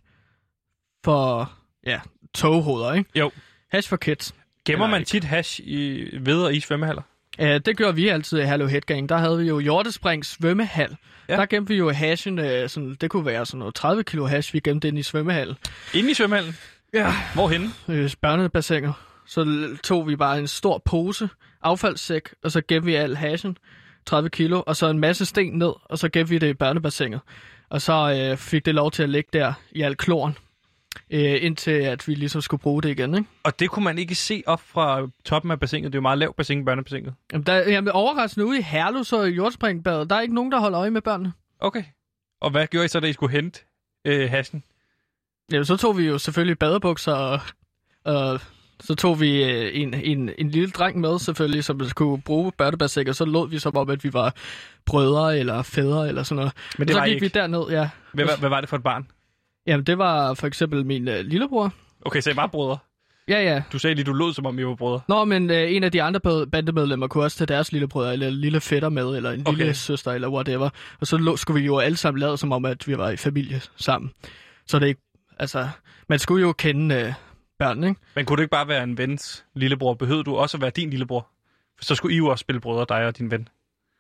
for, ja, toghoveder, ikke? Jo. Hash for kids. Gemmer Eller man ikke. tit hash i ved og i svømmehaller? Ja, det gjorde vi altid i Hallo Headgang. Der havde vi jo Hjortespring svømmehal. Ja. Der gemte vi jo hashen, øh, sådan, det kunne være sådan noget tredive kilo hash, vi gemte ind i svømmehallen. Inde i svømmehallen? Ja. Hvorhenne? Øh, børnebassiner. Så tog vi bare en stor pose, affaldssæk, og så gemte vi al hashen, tredive kilo, og så en masse sten ned, og så gemte vi det i børnebassinet. Og så øh, fik det lov til at ligge der i al kloren, øh, indtil at vi ligesom skulle bruge det igen, ikke? Og det kunne man ikke se op fra toppen af bassinet. Det er jo meget lavt bassin, børnebassinet. Jamen, der, jamen overraskende ude i Herlev, så i Hjortespringbadet, der er ikke nogen, der holder øje med børnene. Okay. Og hvad gjorde I så, da I skulle hente øh, hashen? Jamen, så tog vi jo selvfølgelig badebukser, og, og så tog vi øh, en, en, en lille dreng med selvfølgelig, som skulle bruge børnebassinet, og så lod vi som om, at vi var brødre eller fædre eller sådan noget. Men det så var I gik ikke. vi derned, ja. Hvad, hvad, hvad var det for et barn? Jamen, det var for eksempel min øh, lillebror. Okay, så I var brødre. Ja, ja. Du sagde lige, du lød, som om I var brødre. Nå, men øh, en af de andre band- bandemedlemmer kunne også tage deres lillebrødre, eller lille fætter med, eller en Okay. lille søster, eller whatever. Og så lå, skulle vi jo alle sammen lade, som om, at vi var i familie sammen. Så det er ikke, altså, man skulle jo kende øh, børnene, ikke? Men kunne du ikke bare være en vens lillebror? Behøvede du også at være din lillebror? For så skulle I jo også spille brødre, dig og din ven.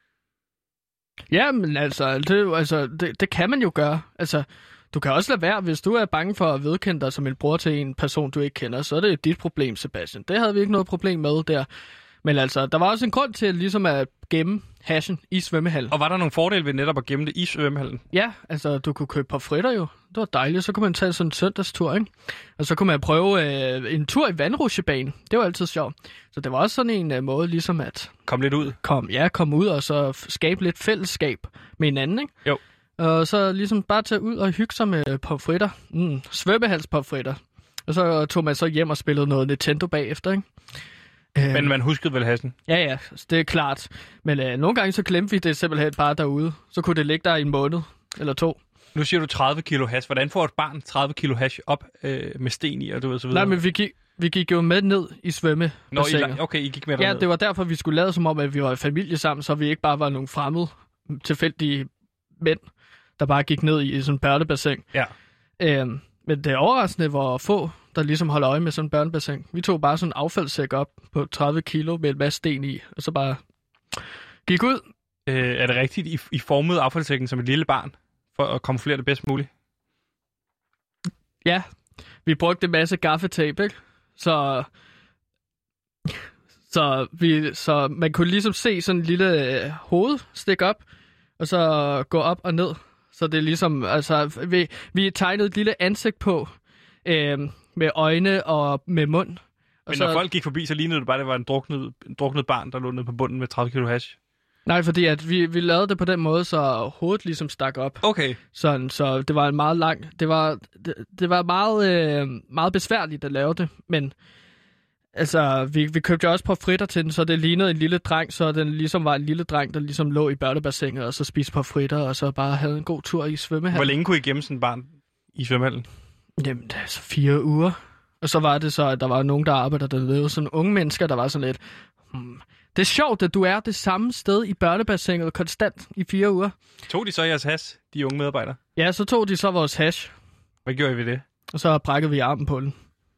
Ja, men altså, det, er jo- altså det, det kan man jo gøre. Altså, du kan også lade være, hvis du er bange for at vedkende dig som en bror til en person, du ikke kender, så er det dit problem, Sebastian. Det havde vi ikke noget problem med der. Men altså, der var også en grund til ligesom at gemme hashen i svømmehallen. Og var der nogle fordele ved netop at gemme det i svømmehallen? Ja, altså du kunne købe pomfritter jo. Det var dejligt. Så kunne man tage sådan en søndagstur, ikke? Og så kunne man prøve øh, en tur i vandrutsjebanen. Det var altid sjovt. Så det var også sådan en uh, måde ligesom at... Kom lidt ud. Kom, ja, komme ud og så skabe lidt fællesskab med hinanden, ikke? Jo. Og så ligesom bare tage ud og hygge sig med pomfritter. Mm, svømmehalspomfritter. Og så tog man så hjem og spillede noget Nintendo bagefter, ikke? Men man huskede vel hassen? Ja, ja, det er klart. Men øh, nogle gange så glemte vi det simpelthen bare derude. Så kunne det ligge der i en måned eller to. Nu siger du tredive kilo hash. Hvordan får et barn tredive kilo hash op øh, med sten i og du ved så videre? Nej, men vi gik, vi gik jo med ned i svømmebassinet. Nå, I, okay, I gik med Ja, derned. det var derfor, vi skulle lade som om, at vi var i familie sammen, så vi ikke bare var nogle fremmede, tilfældige mænd, der bare gik ned i, i sådan en børnebassin. Ja. Øhm, men det er overraskende, hvor få, der ligesom holder øje med sådan en børnebassin. Vi tog bare sådan en affaldssæk op på tredive kilo med en masse sten i, og så bare gik ud. Øh, er det rigtigt, I, I formede affaldssækken som et lille barn, for at kamuflere det bedst muligt? Ja, vi brugte en masse gaffetape, ikke? Så, så, vi, så man kunne ligesom se sådan en lille øh, hoved stikke op, og så gå op og ned. Så det er ligesom, altså, vi, vi tegnede et lille ansigt på, øh, med øjne og med mund. Og Men så, når folk gik forbi, så lignede det bare, at det var en druknet, en druknet barn, der lå nede på bunden med tredive kilo hash. Nej, fordi at vi, vi lavede det på den måde, så hovedet ligesom stak op. Okay. Sådan, så det var en meget lang... Det var, det, det var meget, øh, meget besværligt at lave det, men altså, vi, vi købte jo også pomfritter til den, så det lignede en lille dreng, så den ligesom var en lille dreng, der ligesom lå i børnebassinet, og så spiste pomfritter, og så bare havde en god tur i svømmehallen. Hvor længe kunne I gemme sådan et barn i svømmehallen? Jamen, det er så fire uger. Og så var det så, at der var nogen, der arbejdede dernede, sådan unge mennesker, der var sådan lidt... Hmm, det er sjovt, at du er det samme sted i børnebassinet konstant i fire uger. Tog de så jeres hash, de unge medarbejdere? Ja, så tog de så vores hash, Hvad gjorde I ved det? og så brækkede vi armen på den.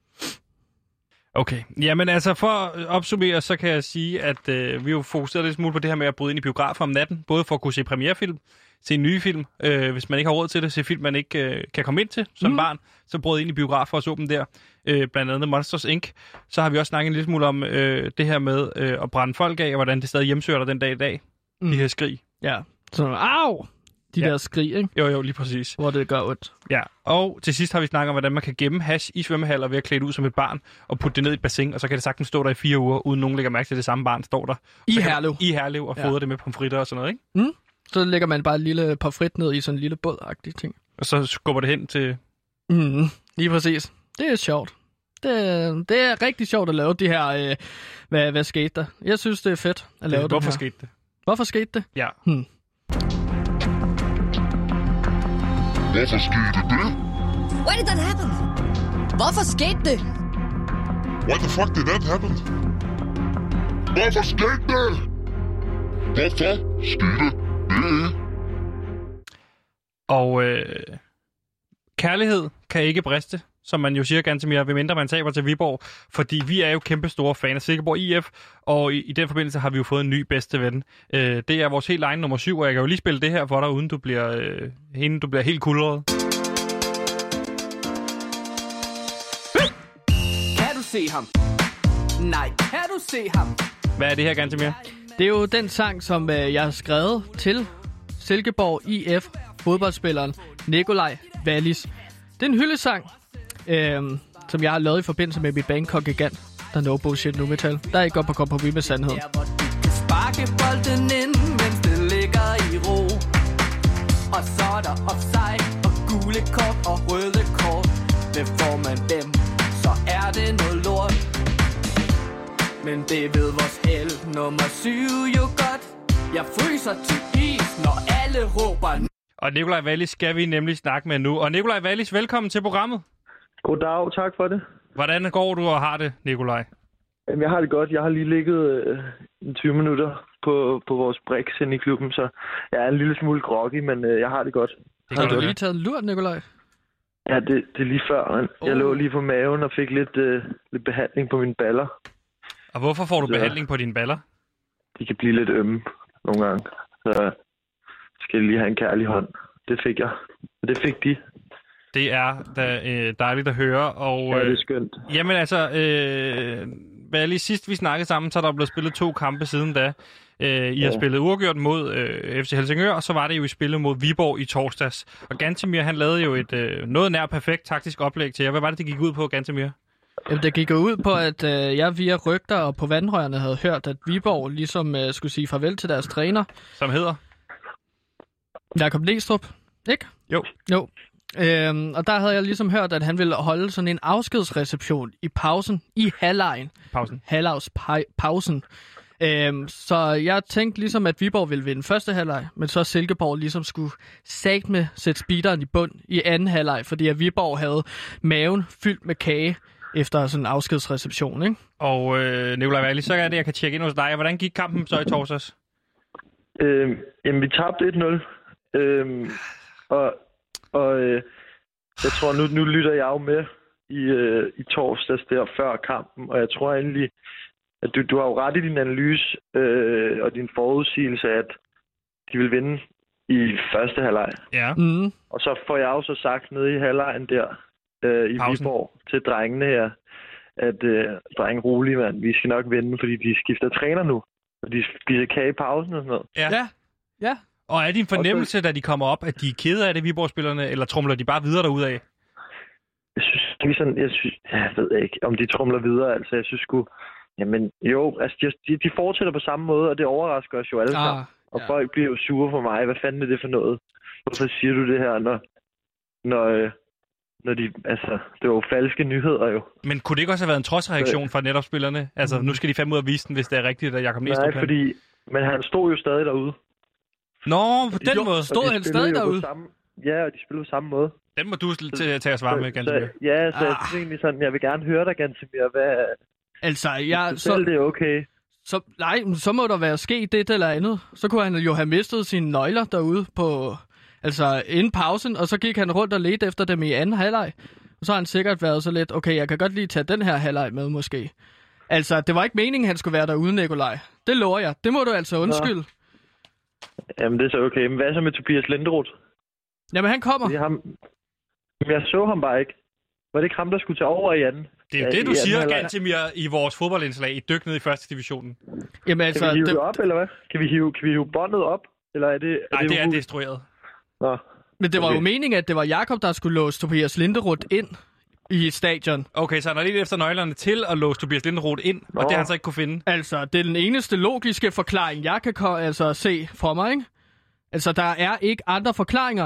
Okay. Jamen altså, for at opsummere, så kan jeg sige, at øh, vi jo fokuseret lidt smule på det her med at bryde ind i biografer om natten. Både for at kunne se premierefilm, se nye film, øh, hvis man ikke har råd til det, se film, man ikke øh, kan komme ind til som mm. barn. Så brød ind i biografer og så dem der. Øh, blandt andet Monsters incorporated. Så har vi også snakket en lille smule om øh, det her med øh, at brænde folk af, og hvordan det stadig hjemsøger dig den dag i dag. Mm. De her skrig. Ja, så au! De Ja. der skrig, ikke? Jo, jo, lige præcis. Hvor det gør ondt. Ja, og til sidst har vi snakket om, hvordan man kan gemme hash i svømmehaller ved at klæde ud som et barn og putte det ned i et bassin, og så kan det sagtens stå der i fire uger, uden nogen lægger mærke til, at det samme barn står der. I Så kan Herlev. man- I Herlev og Ja. fodre det med pomfritter og sådan noget, ikke? Mm? Så lægger man bare en lille pomfrit ned i sådan en lille båd-agtig ting. Og så skubber det hen til... Mm, lige præcis. Det er sjovt. Det, det er rigtig sjovt at lave de her... Øh, hvad, hvad skete der? Jeg synes, det er fedt at lave det, Hvorfor her. skete det? Hvorfor skete det? Ja. Hmm. Hvorfor skete det? Why did that happen? Hvorfor skete det? Why the fuck did that happen? Hvorfor skete det? Hvorfor skete det? Og øh, kærlighed kan ikke briste, som man jo siger ganske mere, ved mindre man taber til Viborg, fordi vi er jo kæmpe store fan af Silkeborg I F, og i, i den forbindelse har vi jo fået en ny bedste ven. Øh, det er vores helt egen nummer syv, og jeg kan jo lige spille det her for dig, uden du bliver, øh, inden du bliver helt kuldret. Kan du se ham? Nej, kan du se ham? Hvad er det her ganske mere? Det er jo den sang, som øh, jeg har skrevet til Silkeborg I F, fodboldspilleren Nikolaj Wallis. Det er en hyldesang, øh, som jeg har lavet i forbindelse med mit band Kongigant, der er no bullshit nu metal. Der er ikke godt på kompromis med sandheden. Der hvor du kan sparke bolden ind, mens det ligger i ro. Og så er der offside og gule kort og røde kort. Men får man dem, så er det noget lort. Men det ved vores el nummer syv jo godt. Jeg fryser til is, når alle råber. Og Nikolaj Wallis skal vi nemlig snakke med nu. Og Nikolaj Wallis, velkommen til programmet. Goddag, tak for det. Hvordan går du og har det, Nikolaj? Jamen, jeg har det godt. Jeg har lige ligget øh, tyve minutter på, på vores briks inde i klubben, så jeg er en lille smule groggy, men øh, jeg har det godt. Det Har kan du du lige taget en lurt, Nikolaj? Ja, det, det er lige før. Men jeg Oh. lå lige på maven og fik lidt, øh, lidt behandling på mine baller. Og hvorfor får du Så- behandling på dine baller? De kan blive lidt ømme nogle gange, så skal jeg lige have en kærlig hånd. Det fik jeg. Og det fik de. Det er da, øh, dejligt at høre. Og, Ja, det øh, er skønt. jamen altså, øh, hvad lige sidst vi snakkede sammen, så er der blevet spillet to kampe siden da. Øh, I har Ja. spillet uafgjort mod øh, F C Helsingør, og så var det jo i spillet mod Viborg i torsdags. Og Gantemir, han lavede jo et øh, noget nær perfekt taktisk oplæg til jer. Hvad var det, det gik ud på, Gantemir? Jamen, det gik jo ud på, at øh, jeg via rygter og på vandrørene havde hørt, at Viborg ligesom øh, skulle sige farvel til deres træner, Som hedder? Jakob Næstrup, ikke? Jo. Jo. Øhm, og der havde jeg ligesom hørt, at han ville holde sådan en afskedsreception i pausen, i halvlejen. Pausen. Halvlejspausen. Øhm, så jeg tænkte ligesom, at Viborg ville vinde første halvleg, men så Silkeborg ligesom skulle sagt med sætte speederen i bund i anden halvleg, fordi at Viborg havde maven fyldt med kage efter sådan en afskedsreception, ikke? Og øh, Nikolaj Walli, så er det, jeg kan tjekke ind hos dig. Hvordan gik kampen så i torsdags? Øh, jamen, vi tabte et nul. Øh, og og øh, jeg tror, nu, nu lytter jeg jo med i, øh, i torsdags der før kampen, og jeg tror egentlig, at du, du har jo ret i din analyse øh, og din forudsigelse, at de vil vinde i første halvleg. Ja. Mm. Og så får jeg jo så sagt nede i halvlejen der øh, i Pausen. Viborg til drengene her, at øh, drenge rolig, mand, vi skal nok vinde, fordi de skifter træner nu. Og de spiser kage i pausen og sådan noget. Ja. Ja, ja. Og er din fornemmelse, da de kommer op, at de er kede af det, Viborg-spillerne, eller trumler de bare videre derudad? Jeg synes, det er sådan, jeg, synes, jeg ved ikke, om de trumler videre. Altså, jeg synes sgu, jamen jo, altså, de, de fortsætter på samme måde, og det overrasker os jo alle Ah, sammen. Og ja. folk bliver jo sure for mig. Hvad fanden er det for noget? Hvorfor siger du det her, når, når, øh, når de, altså, det var jo falske nyheder jo. Men kunne det ikke også have været en trodsreaktion fra netop spillerne? Altså, nu skal de fandme ud af vise den, hvis det er rigtigt, at Jakob Næstrup... Nej, fordi, men han stod jo stadig derude. Nå, på den Jo, måde. stod Og de han spillede stadig jo på derude? Samme, ja, og de spillede på samme måde. Den må du til tage at svare med, så, Gantemir. ja, så ah. jeg Ah. synes egentlig sådan, jeg vil gerne høre dig, Gantemir. Hvad, Altså, jeg... så, selv det er okay. Så, nej, så må der være sket det eller andet. Så kunne han jo have mistet sine nøgler derude på, altså inden pausen, og så gik han rundt og ledte efter dem i anden halvleg. Og så har han sikkert været så lidt, okay, jeg kan godt lige tage den her halvleg med måske. Altså, det var ikke meningen, han skulle være derude, Nikolaj. Det lover jeg. Det må du altså undskylde. Jamen, det er så okay. Men hvad så med Tobias Linderoth? Jamen, han kommer. Fordi ham, men jeg så ham bare ikke. Var det ikke ham, der skulle tage over i anden? Det er jo Ja, det, du i anden siger, halvleg. Gantemir, i vores fodboldindslag i Dyk ned i første divisionen. Jamen, Kan altså, vi hive det, det, op, eller hvad? Kan vi hive, kan vi hive båndet op? Eller er det, er Nej, det, det er umuligt? destrueret. Nå. men det var okay. jo meningen, at det var Jakob, der skulle låse Tobias Linderoth ind i stadion. Okay, så han er lidt efter nøglerne til at låse Tobias Linderoth ind, og Nå. det har han så ikke kunne finde. Altså, det er den eneste logiske forklaring, jeg kan ko- altså, se for mig, ikke? Altså, der er ikke andre forklaringer.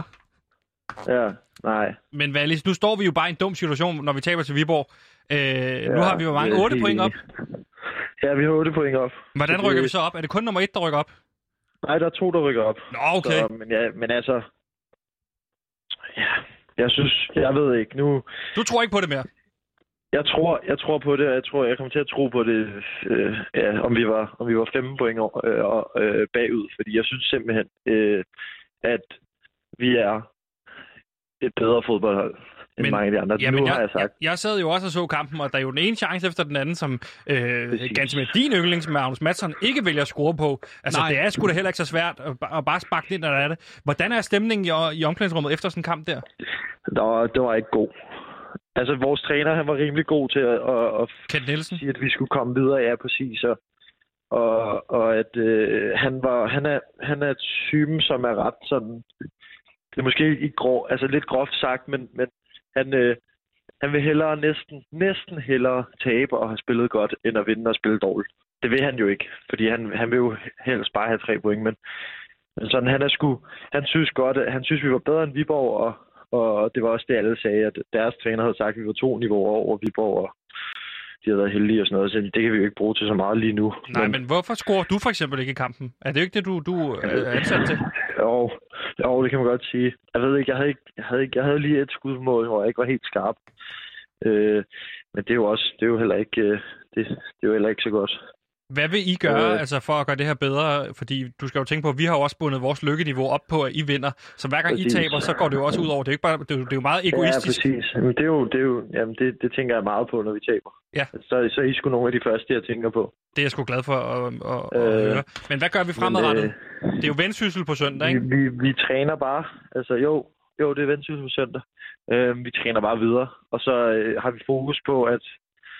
Ja, nej. Men Wallis, nu står vi jo bare i en dum situation, når vi taber til Viborg. Øh, ja, nu har vi jo mange det er otte helt point op. enig. Ja, vi har otte point op. Hvordan Så rykker det- vi så op? Er det kun nummer et, der rykker op? Nej, der er to, der rykker op. Nå, okay. Så, men, ja, men altså... Ja, jeg synes... Jeg ved ikke. Nu... Du tror ikke på det mere? Jeg tror, jeg tror på det, og jeg tror, jeg kommer til at tro på det, øh, ja, om vi var, om vi var fem point over, øh, øh, bagud. Fordi jeg synes simpelthen, øh, at vi er et bedre fodboldhold end Men- mange af de andre. Jamen, nu jeg, har jeg sagt. jeg, jeg sad jo også og så kampen, og der er jo den ene chance efter den anden, som øh, Gantemir, din yndling, som Magnus Madsen, ikke vælger at score på. Altså, Nej. det er sgu da heller ikke så svært at, ba- at bare sparke den ind, når der er det. Hvordan er stemningen i, i omklædningsrummet efter sådan en kamp der? Nå, det var ikke god. Altså, vores træner, han var rimelig god til at, at, at Kent Nielsen? sige, at vi skulle komme videre, ja, præcis. Og, og, og at øh, han, var, han, er, han er et typen, som er ret sådan... Det er måske ikke grov, altså lidt groft sagt, men, men han, øh, han vil hellere næsten, næsten hellere tabe og have spillet godt, end at vinde og spille dårligt. Det vil han jo ikke, fordi han, han vil jo helst bare have tre point, men, men sådan, han er sgu, han synes godt, at, han synes, vi var bedre end Viborg, og, og det var også det, alle sagde, at deres træner havde sagt, at vi var to niveauer over Viborg, og de havde været heldige og sådan noget, så det kan vi jo ikke bruge til så meget lige nu. Nej, men hvorfor scorer du for eksempel ikke i kampen? Er det jo ikke det, du, du er ansat til? Jo, jo, det kan man godt sige. Jeg ved ikke, jeg havde, ikke, jeg havde, ikke, jeg havde lige et skud på mål, hvor jeg ikke var helt skarp. Øh, men det er jo også, det er jo heller ikke, øh, det, det er jo heller ikke så godt. Hvad vil I gøre Øh. altså, for at gøre det her bedre? Fordi du skal jo tænke på, at vi har jo også bundet vores lykkeniveau op på, at I vinder. Så hver gang Præcis. I taber, så går det jo også ud over. Det er jo, ikke bare, det er jo, det er jo meget egoistisk. Ja, præcis. Men det er jo, det, er jo jamen det, det tænker jeg meget på, når vi taber. Ja. Så, så er I sgu nogle af de første, jeg tænker på. Det er jeg sgu glad for at, at, at Øh, høre. Men hvad gør vi fremadrettet? Det er jo Vendsyssel på søndag, Vi, ikke? vi, vi træner bare. Altså jo, jo det er Vendsyssel på søndag. Øh, vi træner bare videre. Og så øh, har vi fokus på, at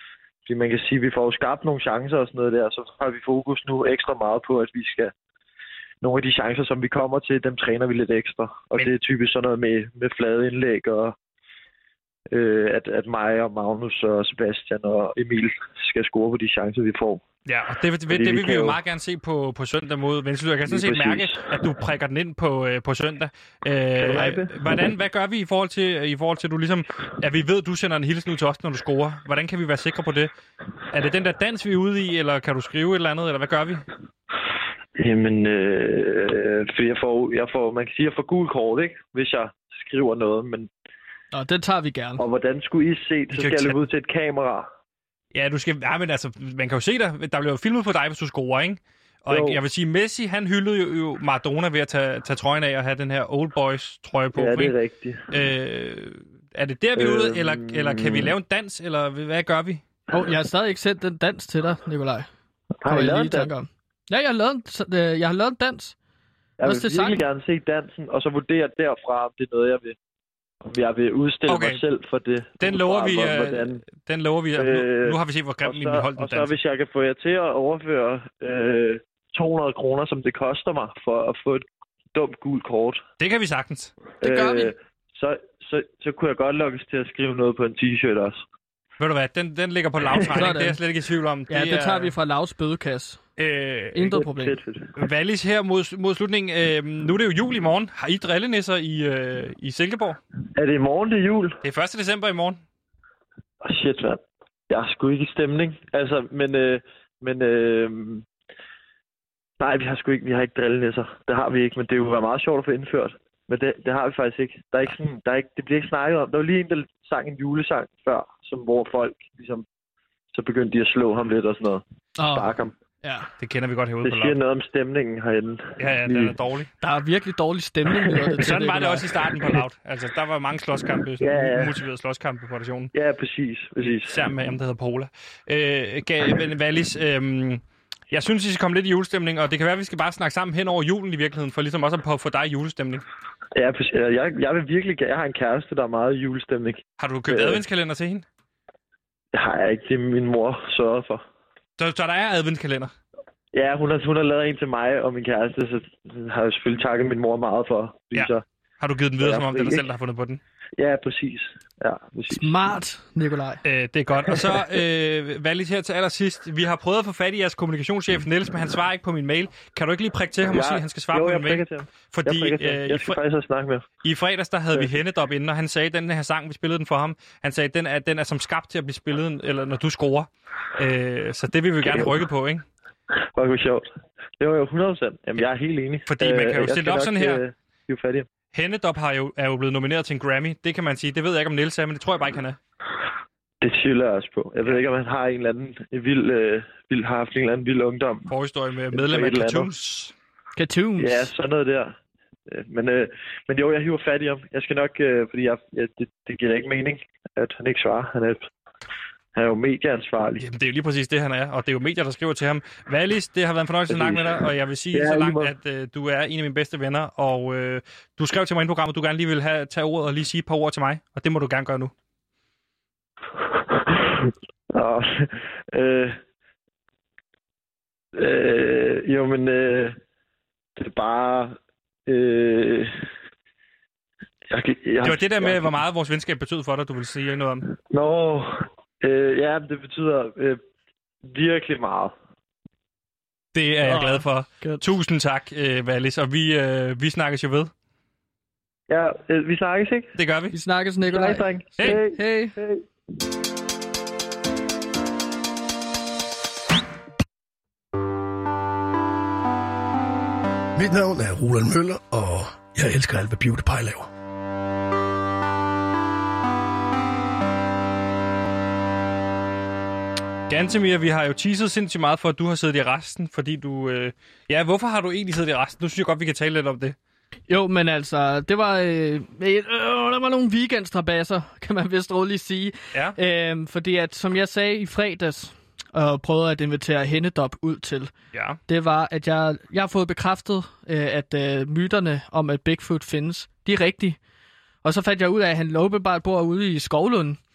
fordi man kan sige, at vi får jo skabt nogle chancer og sådan noget der, så har vi fokus nu ekstra meget på, at vi skal... Nogle af de chancer, som vi kommer til, dem træner vi lidt ekstra. Og Men... det er typisk sådan noget med, med flade indlæg, og øh, at, at mig og Magnus og Sebastian og Emil skal score på de chancer, vi får. Ja, og det, det, det, det vil vi jo meget gerne se på, på søndag mod Vendsyssel. Jeg kan sådan set mærke, at du prikker den ind på, øh, på søndag. Øh, hvordan, hvad gør vi i forhold til, i forhold til, at du ligesom, at vi ved, at du sender en hilsen ud til os, når du scorer? Hvordan kan vi være sikre på det? Er det den der dans, vi er ude i, eller kan du skrive et eller andet, eller hvad gør vi? Jamen, øh, fordi jeg får, jeg får, man kan sige, at jeg får gul kort, ikke? Hvis jeg skriver noget, men... Nå, den tager vi gerne. Og hvordan skulle I se det? Så skal jeg løbe ud til et kamera. Ja, du skal... Ja, men altså, man kan jo se dig. Der bliver jo filmet på dig, hvis du scorer, ikke? Og jo. Jeg vil sige, Messi, han hyldede jo, jo Maradona ved at tage, tage trøjen af og have den her Old Boys trøje på. Ja, det er ikke? rigtigt. Øh, er det der, vi er ude, øhm... eller, eller kan vi lave en dans, eller hvad gør vi? Oh, jeg har stadig ikke sendt den dans til dig, Nikolaj. Har I lavet en dans? Om. Ja, jeg har lavet en, jeg har lavet en dans. Jeg vil virkelig gerne se dansen, og så vurdere derfra, om det er noget, jeg vil. Om jeg vil udstille okay. mig selv for det. Den lover vi. Hvordan, den lover vi. Øh, nu, nu har vi set, hvor grimt vi holdt den Og så dans. hvis jeg kan få jer til at overføre øh, to hundrede kroner, som det koster mig, for at få et dumt gult kort. Det kan vi sagtens. Det gør øh, vi. Så, så, så kunne jeg godt lukkes til at skrive noget på en t-shirt også. Ved du hvad, den, den ligger på Lavs regning, det er jeg slet ikke i tvivl om. Ja, det, det tager er... vi fra Lavs bødekasse. Øh, Intet problem. Fedt, fedt. Wallis her mod, mod slutningen. Øh, nu er det jo jul i morgen. Har I drillenisser i, øh, i Silkeborg? Er det i morgen, det er jul? Det er første december i morgen. Oh, shit, mand. Jeg er sgu ikke i stemning. Altså, men... Øh, men øh, nej, vi har sgu ikke, vi har ikke drillenisser. Det har vi ikke, men det vil være meget sjovt at få indført. Men det, det har vi faktisk ikke. Der er ikke sådan, der er ikke, det bliver ikke snakket om. Der var lige en, der sang en julesang før, som, hvor folk ligesom... Så begyndte de at slå ham lidt og sådan noget. Oh. Sparke ham. Ja, det kender vi godt herude det på Det siger noget om stemningen herinde. Ja, ja, den er dårlig. Der er virkelig dårlig stemning. Det Sådan var det også i starten på Loud. Altså, der var mange slåskampe, ja, ja. umotiverede slåskampe på nationen. Ja, præcis. præcis. Sammen med ham, der hedder Pola. Øh, Wallis, øh, jeg synes, I skal komme lidt i julestemning, og det kan være, at vi skal bare snakke sammen hen over julen i virkeligheden, for ligesom også at få dig julestemning. Ja, præcis. Jeg, jeg vil virkelig... Jeg har en kæreste, der er meget julestemning. Har du købt øh, adventskalender til hende? Det har jeg ikke. Det er min mor sørget for. Så, så der er adventskalender? Ja, hun har, hun har lavet en til mig og min kæreste, så har jeg selvfølgelig takket min mor meget for. Ja. Så, har du givet den videre, som om det er dig selv, der har fundet på den? Ja, præcis. Ja, præcis. Smart, Nikolaj. Øh, det er godt. Og så, øh, Wallis her til allersidst. Vi har prøvet at få fat i jeres kommunikationschef, Niels, men han svarer ikke på min mail. Kan du ikke lige prikke til ham ja, og sige, at han skal svare jo, på min mail? Til ham. Fordi, jeg, til øh, jeg skal fre- faktisk have snakket med. I fredags, der havde ja. vi Hennedop inde, og han sagde, at den her sang, vi spillede den for ham, han sagde, at den er, den er som skabt til at blive spillet, eller når du scorer. Øh, så det vil vi okay. gerne rykke på, ikke? Hvor er det sjovt. Det var jo hundrede procent. Jamen, jeg er helt enig. Fordi man kan jo stille op sådan her. Øh, færdig. Hennedop har jo, er jo blevet nomineret til en Grammy. Det kan man sige. Det ved jeg ikke, om Niels er, men det tror jeg bare ikke, han er. Det tvivler jeg også på. Jeg ved ikke, om han har en eller anden vild, øh, vild, har haft en eller anden vild ungdom. Forhistorie med medlem af Cartoons. Cartoons? Ja, sådan noget der. Men, øh, men jo, jeg hiver fat i ham. Jeg skal nok, øh, fordi jeg, jeg, det, det giver ikke mening, at han ikke svarer. Han er Han er jo medieansvarlig. Jamen, det er jo lige præcis det, han er. Og det er jo medier, der skriver til ham. Wallis, det har været en fornøjelse at snakke med dig, og jeg vil sige ja, så langt, at øh, du er en af mine bedste venner. Og øh, du skrev til mig i programmet, at du gerne lige vil have, tage ordet og lige sige et par ord til mig. Og det må du gerne gøre nu. Nå, øh, øh, jo, men øh, det er bare... Øh, jeg, jeg, det var det der med, jeg, hvor meget vores venskab betød for dig, du vil sige noget om. Nå... Øh, ja, det betyder øh, virkelig meget. Det er jeg glad for. God. Tusind tak, øh, Wallis, og vi, øh, vi snakkes jo ved. Ja, øh, vi snakkes, ikke? Det gør vi. Vi snakkes, Nikolaj. Hej. Hey. Hey. Hey. Mit navn er Roland Møller, og jeg elsker alt, hvad PewDiePie laver. Gantemir, vi har jo teaset sindssygt meget for, at du har siddet i resten, fordi du... Øh... Ja, hvorfor har du egentlig siddet i resten? Nu synes jeg godt, vi kan tale lidt om det. Jo, men altså, det var... Øh, øh, der var nogle weekendstrabasser, kan man vist roligt sige. Ja. Øh, fordi at, som jeg sagde i fredags, og prøvede at invitere Hennedop ud til, ja. det var, at jeg, jeg har fået bekræftet, øh, at øh, myterne om, at Bigfoot findes, de er rigtige. Og så fandt jeg ud af, at han åbenbart bor ude i Skovlund.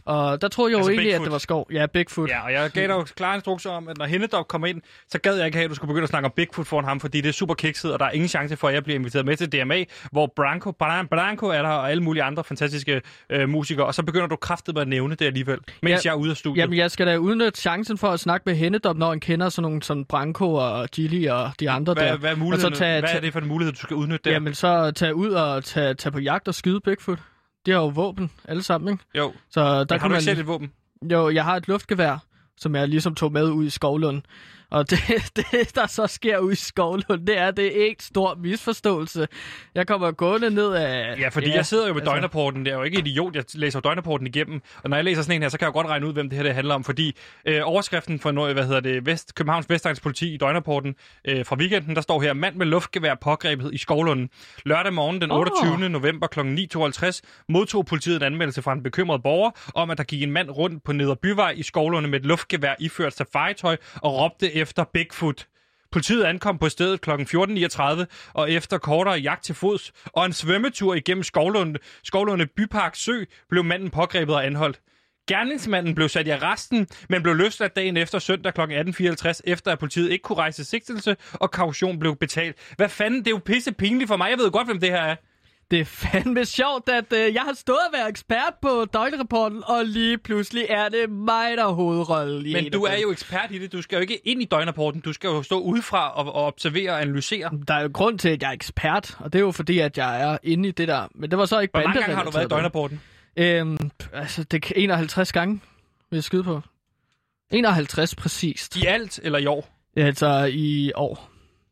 Og der troede jeg Altså jo egentlig, Bigfoot. at det var skov. Ja, Bigfoot. Ja, og jeg gav dig jo klare instrukser om, at når Hennedop kommer ind, så gad jeg ikke have, at du skulle begynde at snakke om Bigfoot foran ham, fordi det er super kikset, og der er ingen chance for, at jeg bliver inviteret med til D M A, hvor Branko, Bran- Branko er der, og alle mulige andre fantastiske øh, musikere, og så begynder du kraftigt med at nævne det alligevel, mens Ja, jeg er ude af studiet. Jamen, jeg skal da udnytte chancen for at snakke med Hennedop, når han kender sådan nogle som Branko og Gilly og de andre hvad, der. hvad, er Og muligheden, så tage, hvad er tage, det for en mulighed, du skal udnytte der? Jamen, så tage ud og tage, tage på jagt og skyde Bigfoot. De har jo våben, alle sammen, ikke? Jo, Så der men har kan du man... ikke selv et våben? Jo, jeg har et luftgevær, som jeg ligesom tog med ud i Skovlund. Og det, det, der så sker ude i Skovlund, det er, det er en stor misforståelse. Jeg kommer gående ned af... Ja, fordi ja, jeg sidder jo med altså... døgnrapporten. Det er jo ikke idiot, jeg læser døgnrapporten igennem. Og når jeg læser sådan en her, så kan jeg jo godt regne ud, hvem det her det handler om. Fordi øh, overskriften for noget, hvad hedder det, Vest, Københavns Vestegns politi i døgnrapporten øh, fra weekenden, der står her, mand med luftgevær pågrebet i Skovlunden. Lørdag morgen den otteogtyvende november klokken ni tooghalvtreds modtog politiet en anmeldelse fra en bekymret borger om, at der gik en mand rundt på Neder Byvej i Skovlunde med et luftgevær iført safaritøj og råbte efter Bigfoot. Politiet ankom på stedet klokken fjorten niogtredive, og efter kortere jagt til fods og en svømmetur igennem Skovlunde, Skovlunde Bypark Sø, blev manden pågrebet og anholdt. Gerningsmanden blev sat i arresten, men blev løsladt dagen efter søndag klokken atten fireoghalvtreds, efter at politiet ikke kunne rejse sigtelse, og kaution blev betalt. Hvad fanden? Det er jo pisse pinligt for mig. Jeg ved godt, hvem det her er. Det er fandme sjovt, at øh, jeg har stået og været ekspert på døgnrapporten, og lige pludselig er det mig, der er hovedrollen i. Men du er jo ekspert i det. Du skal jo ikke ind i døgnrapporten. Du skal jo stå udefra og, og observere og analysere. Der er jo grund til, at jeg er ekspert, og det er jo fordi, at jeg er inde i det der. Men det var så ikke Hvor mange gange har du været i døgnrapporten? Øhm, altså, det er enoghalvtreds gange, vil jeg skyde på. enoghalvtreds præcist. I alt eller i år? Ja, altså i år.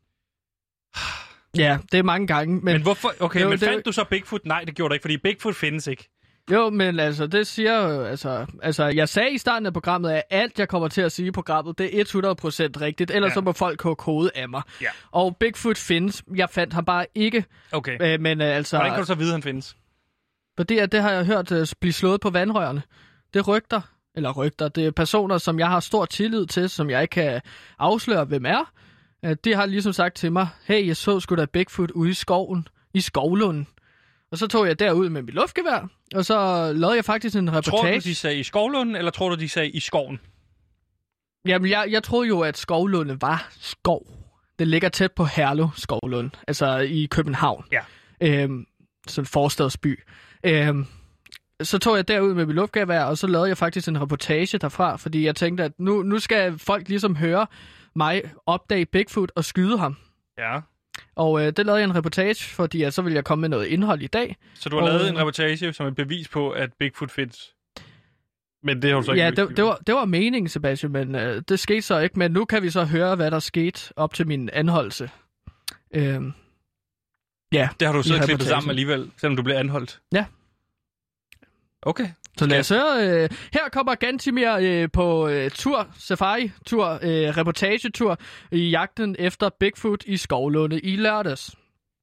Ja, det er mange gange. Men, men hvorfor? Okay, jo, men det, fandt du så Bigfoot? Nej, det gjorde du ikke, fordi Bigfoot findes ikke. Jo, men altså, det siger jo, altså, altså, jeg sagde i starten af programmet, at alt, jeg kommer til at sige i programmet, det er hundrede procent rigtigt, ellers ja. så må folk koge kode af mig. Ja. Og Bigfoot findes, jeg fandt ham bare ikke. Okay. Øh, men øh, altså... Hvordan kan du så vide, at han findes? Fordi at det har jeg hørt uh, blive slået på vandrørene. Det rygter, eller rygter, det er personer, som jeg har stor tillid til, som jeg ikke kan afsløre, hvem er. Uh, de har ligesom sagt til mig, hey, jeg så sgu da Bigfoot ude i skoven, i Skovlunden. Og så tog jeg derud med mit luftgevær, og så lavede jeg faktisk en reportage. Tror du, de sagde i Skovlunden, eller tror du, de sagde i skoven? Jamen, jeg, jeg troede jo, at Skovlunde var skov. Det ligger tæt på Herlev Skovlund, altså i København. Ja. Øhm, sådan en forstadsby. Øhm, så tog jeg derud med mit luftgevær, og så lavede jeg faktisk en reportage derfra, fordi jeg tænkte, at nu, nu skal folk ligesom høre mig opdage Bigfoot og skyde ham. Ja. Og øh, det lavede jeg en reportage, fordi at så ville jeg komme med noget indhold i dag. Så du har og, lavet en reportage som et bevis på, at Bigfoot findes? Men det har du så ikke... Ja, det, det, var, det var meningen, Sebastian, men øh, det skete så ikke. Men nu kan vi så høre, hvad der skete op til min anholdelse. Øhm, ja, det har du så klippet sammen alligevel, selvom du blev anholdt? Ja. Okay. Så lad os høre. Øh, her kommer Gantimir øh, på øh, tur, safari-tur, øh, reportagetur i jagten efter Bigfoot i Skovlunde i lørdags.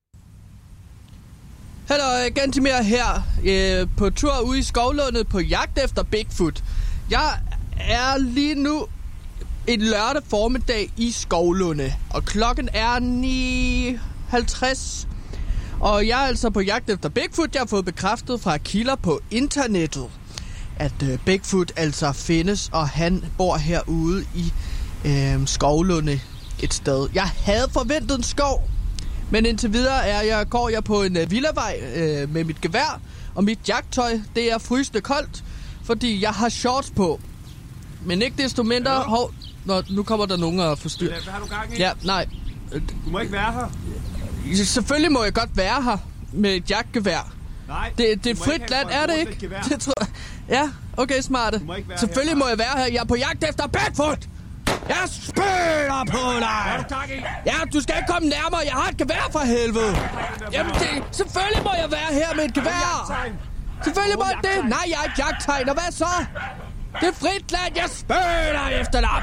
Hallo, Gantimir her øh, på tur ude i Skovlunde på jagt efter Bigfoot. Jeg er lige nu en lørdag formiddag i Skovlunde, og klokken er ni halvtreds. Og jeg er altså på jagt efter Bigfoot. Jeg har fået bekræftet fra kilder på internettet, at øh, Bigfoot altså findes, og han bor herude i øh, Skovlunde et sted. Jeg havde forventet en skov, men indtil videre er jeg, går jeg på en øh, villavej øh, med mit gevær, og mit jagttøj, det er frysende koldt, fordi jeg har shorts på. Men ikke desto mindre... Ja. Hov, nå, nu kommer der nogen og forstyrrer. Hvad har du gang i? Ja, nej. Du må ikke være her. Selvfølgelig må jeg godt være her med et jagtgevær. Nej, det, det er et frit land, er det ikke? Det tror jeg. Ja, okay, smarte. Selvfølgelig her, må jeg være her. Jeg er på jagt efter Bigfoot! Jeg spytter på dig! Ja, du skal ikke komme nærmere. Jeg har et gevær for helvede. Jamen, det, selvfølgelig må jeg være her med et gevær. Selvfølgelig må jeg det. Nej, jeg er et jagttegn. Og hvad så? Det er frit land. Jeg spytter efter dig.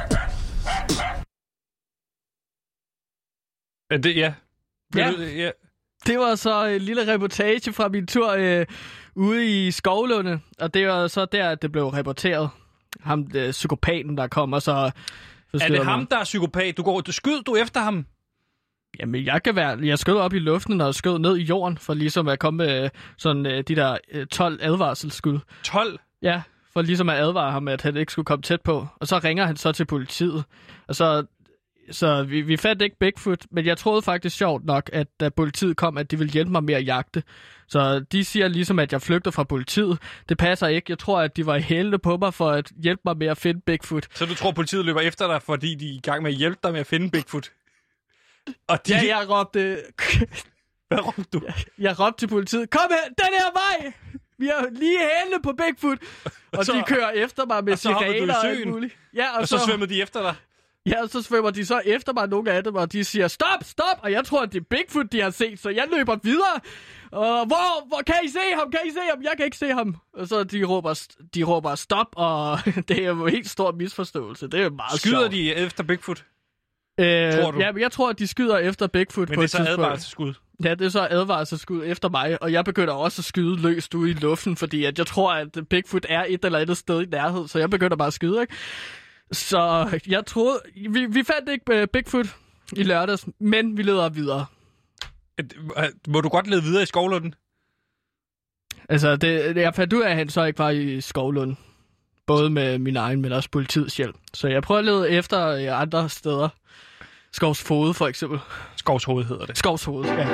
Det, ja. Ja. ja. Det var så en lille reportage fra min tur øh, ude i Skovlunde, og det var så der, at det blev rapporteret. Ham, øh, psykopaten, der kom, og så... Er det ham, der er psykopat? Du går, du skød du efter ham? Jamen, jeg kan være... Jeg skød op i luften og skød ned i jorden, for ligesom at komme med sådan øh, de der øh, tolv advarselsskud. tolv? Ja, for ligesom at advare ham, at han ikke skulle komme tæt på. Og så ringer han så til politiet. Og så, så vi, vi fandt ikke Bigfoot, men jeg troede faktisk sjovt nok, at da politiet kom, at de ville hjælpe mig med at jagte. Så de siger ligesom, at jeg flygter fra politiet. Det passer ikke. Jeg tror, at de var i hælene på mig for at hjælpe mig med at finde Bigfoot. Så du tror, politiet løber efter dig, fordi de er i gang med at hjælpe dig med at finde Bigfoot? Og de... Ja, jeg råbte... Hvad råbte du? Jeg, jeg råbte til politiet, kom her, den her vej! Vi har lige hælene på Bigfoot! Og, og så, de kører efter mig med og sirener og alt muligt. Ja, og, og så, så svømmer de efter dig? Ja, og så svømmer de så efter mig, nogle af dem, og de siger, stop, stop! Og jeg tror, at det er Bigfoot, de har set, så jeg løber videre. Og hvor, hvor kan I se ham? Kan I se ham? Jeg kan ikke se ham. Og så de råber, de råber stop, og det er jo en helt stor misforståelse. Det er jo meget Skyder sjovt. de efter Bigfoot? Øh, tror du? Ja, men jeg tror, at de skyder efter Bigfoot. Men på det er så advarselsskud? Ja, det er så advarselsskud efter mig, og jeg begynder også at skyde løst ude i luften, fordi at jeg tror, at Bigfoot er et eller andet sted i nærhed, så jeg begynder bare at skyde, ikke? Så jeg troede... Vi, vi fandt ikke Bigfoot i lørdags, men vi leder videre. Må du godt lede videre i Skovlunden? Altså, det, jeg fandt ud af, at han så ikke var i Skovlunden. Både med min egen, men også politiets hjælp. Så jeg prøver at lede efter andre steder. Skovsfode, for eksempel. Skovshoved hedder det. Skovshoved, ja.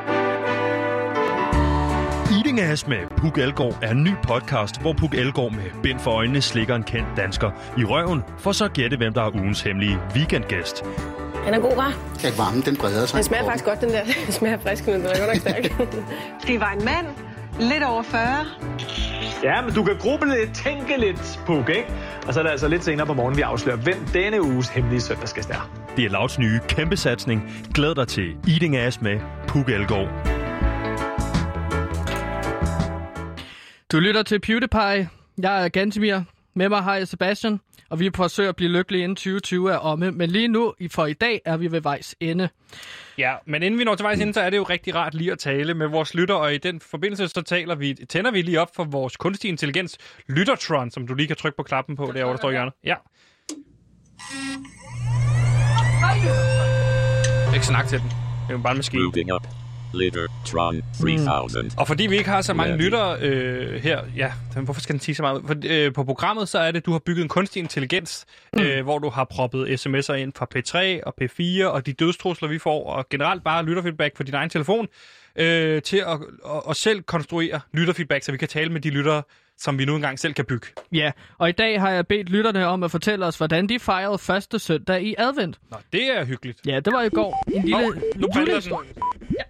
Eating Ass med Puk Elgård er en ny podcast, hvor Puk Elgård med bind for øjnene slikker en kendt dansker i røven, for så at gætte, hvem der er ugens hemmelige weekendgæst. Den er god, hva'? Kan varme, den breder sig. Den smager faktisk godt, den der. Den smager frisk, men den er godt nok stærk. Det var en mand, lidt over fyrre. Ja, men du kan gruble lidt, tænke lidt, Puk, ikke? Og så er det altså lidt senere på morgenen, vi afslører, hvem denne uges hemmelige søndagsgæst er. Det er Louds nye kæmpesatsning. Glæd dig til Eating Ass med Puk Elgård. Du lytter til PewDiePie. Jeg er Gantemir. Med mig har jeg Sebastian. Og vi forsøger at blive lykkelige inden tyve tyve er omme. Men lige nu, for i dag, er vi ved vejs ende. Ja, men inden vi når til vejs ende, så er det jo rigtig rart lige at tale med vores lytter. Og i den forbindelse, så taler vi, tænder vi lige op for vores kunstig intelligens Lyttertron, som du lige kan trykke på knappen på, derovre, der står i hjørnet. Ja. Ikke snak til den. Det er jo bare en maskine. Lyttertron tre tusind. Mm. Og fordi vi ikke har så mange lyttere øh, her, ja, hvorfor skal den sige så meget? For, øh, på programmet, så er det, du har bygget en kunstig intelligens, mm. øh, hvor du har proppet sms'er ind fra P tre og P fire, og de dødstrusler, vi får, og generelt bare lytterfeedback på din egen telefon, øh, til at og, og selv konstruere lytterfeedback, så vi kan tale med de lyttere, som vi nu engang selv kan bygge. Ja, og i dag har jeg bedt lytterne om at fortælle os, hvordan de fejrede første søndag i advent. Nå, det er hyggeligt. Ja, det var i går. En lille julehistorie. Ja.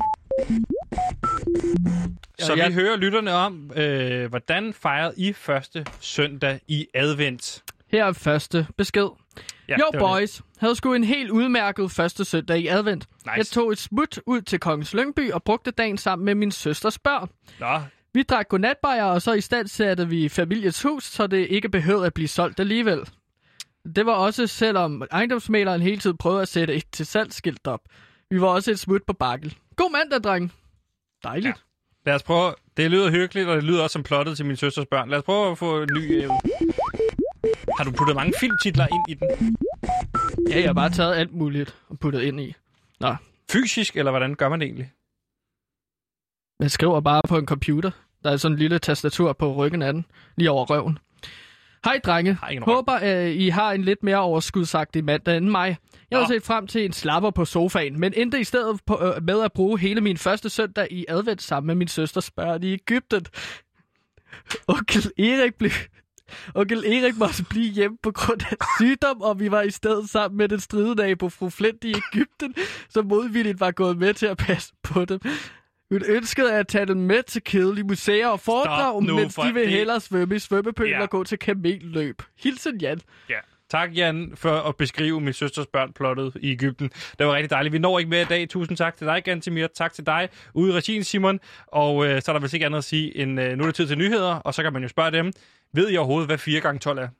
Så ja, vi hører lytterne om, øh, hvordan fejrede I første søndag i advent? Her er første besked. Ja, jo boys, det. Havde sgu en helt udmærket første søndag i advent. Nice. Jeg tog et smut ud til Kongens Lyngby og brugte dagen sammen med min søsters børn. Nå. Vi drak godnatbajer, og så i stedet satte vi familiens hus, så det ikke behøvede at blive solgt alligevel. Det var også, selvom ejendomsmæleren hele tiden prøvede at sætte et til salgsskilt op. Vi var også et smut på bakkel. God mandag, dreng. Dejligt. Ja. Lad os prøve. Det lyder hyggeligt, og det lyder også som plottet til min søsters børn. Lad os prøve at få en ny... Øh... Har du puttet mange filmtitler ind i den? Ja, jeg har bare taget alt muligt og puttet ind i. Nå. Fysisk, eller hvordan gør man det egentlig? Jeg skriver bare på en computer. Der er sådan en lille tastatur på ryggen af den, lige over røven. Hej, drenge. Hej, håber, at I har en lidt mere overskudsagtig mandag end mig. Jeg har set frem til en slapper på sofaen, men endte i stedet på, øh, med at bruge hele min første søndag i advent sammen med min søsters børn i Egypten. Onkel Erik blev... Onkel Erik måtte blive hjemme på grund af sygdom, og vi var i stedet sammen med den stridenabo fru Flint i Egypten, som modvilligt var gået med til at passe på dem. Hun ønskede at tage dem med til kedelige museer og foredrag, mens de vil det... hellere svømme i svømmepølen ja. og gå til kamelløb. Hilsen Jan. Ja. Tak, Jan, for at beskrive min søsters børn plottet i Egypten. Det var rigtig dejligt. Vi når ikke mere i dag. Tusind tak til dig, Gantemir. Tak til dig ude i regien, Simon. Og øh, så er der vist ikke andet at sige, end øh, nu er det tid til nyheder, og så kan man jo spørge dem. Ved I overhovedet, hvad fire gange tolv er?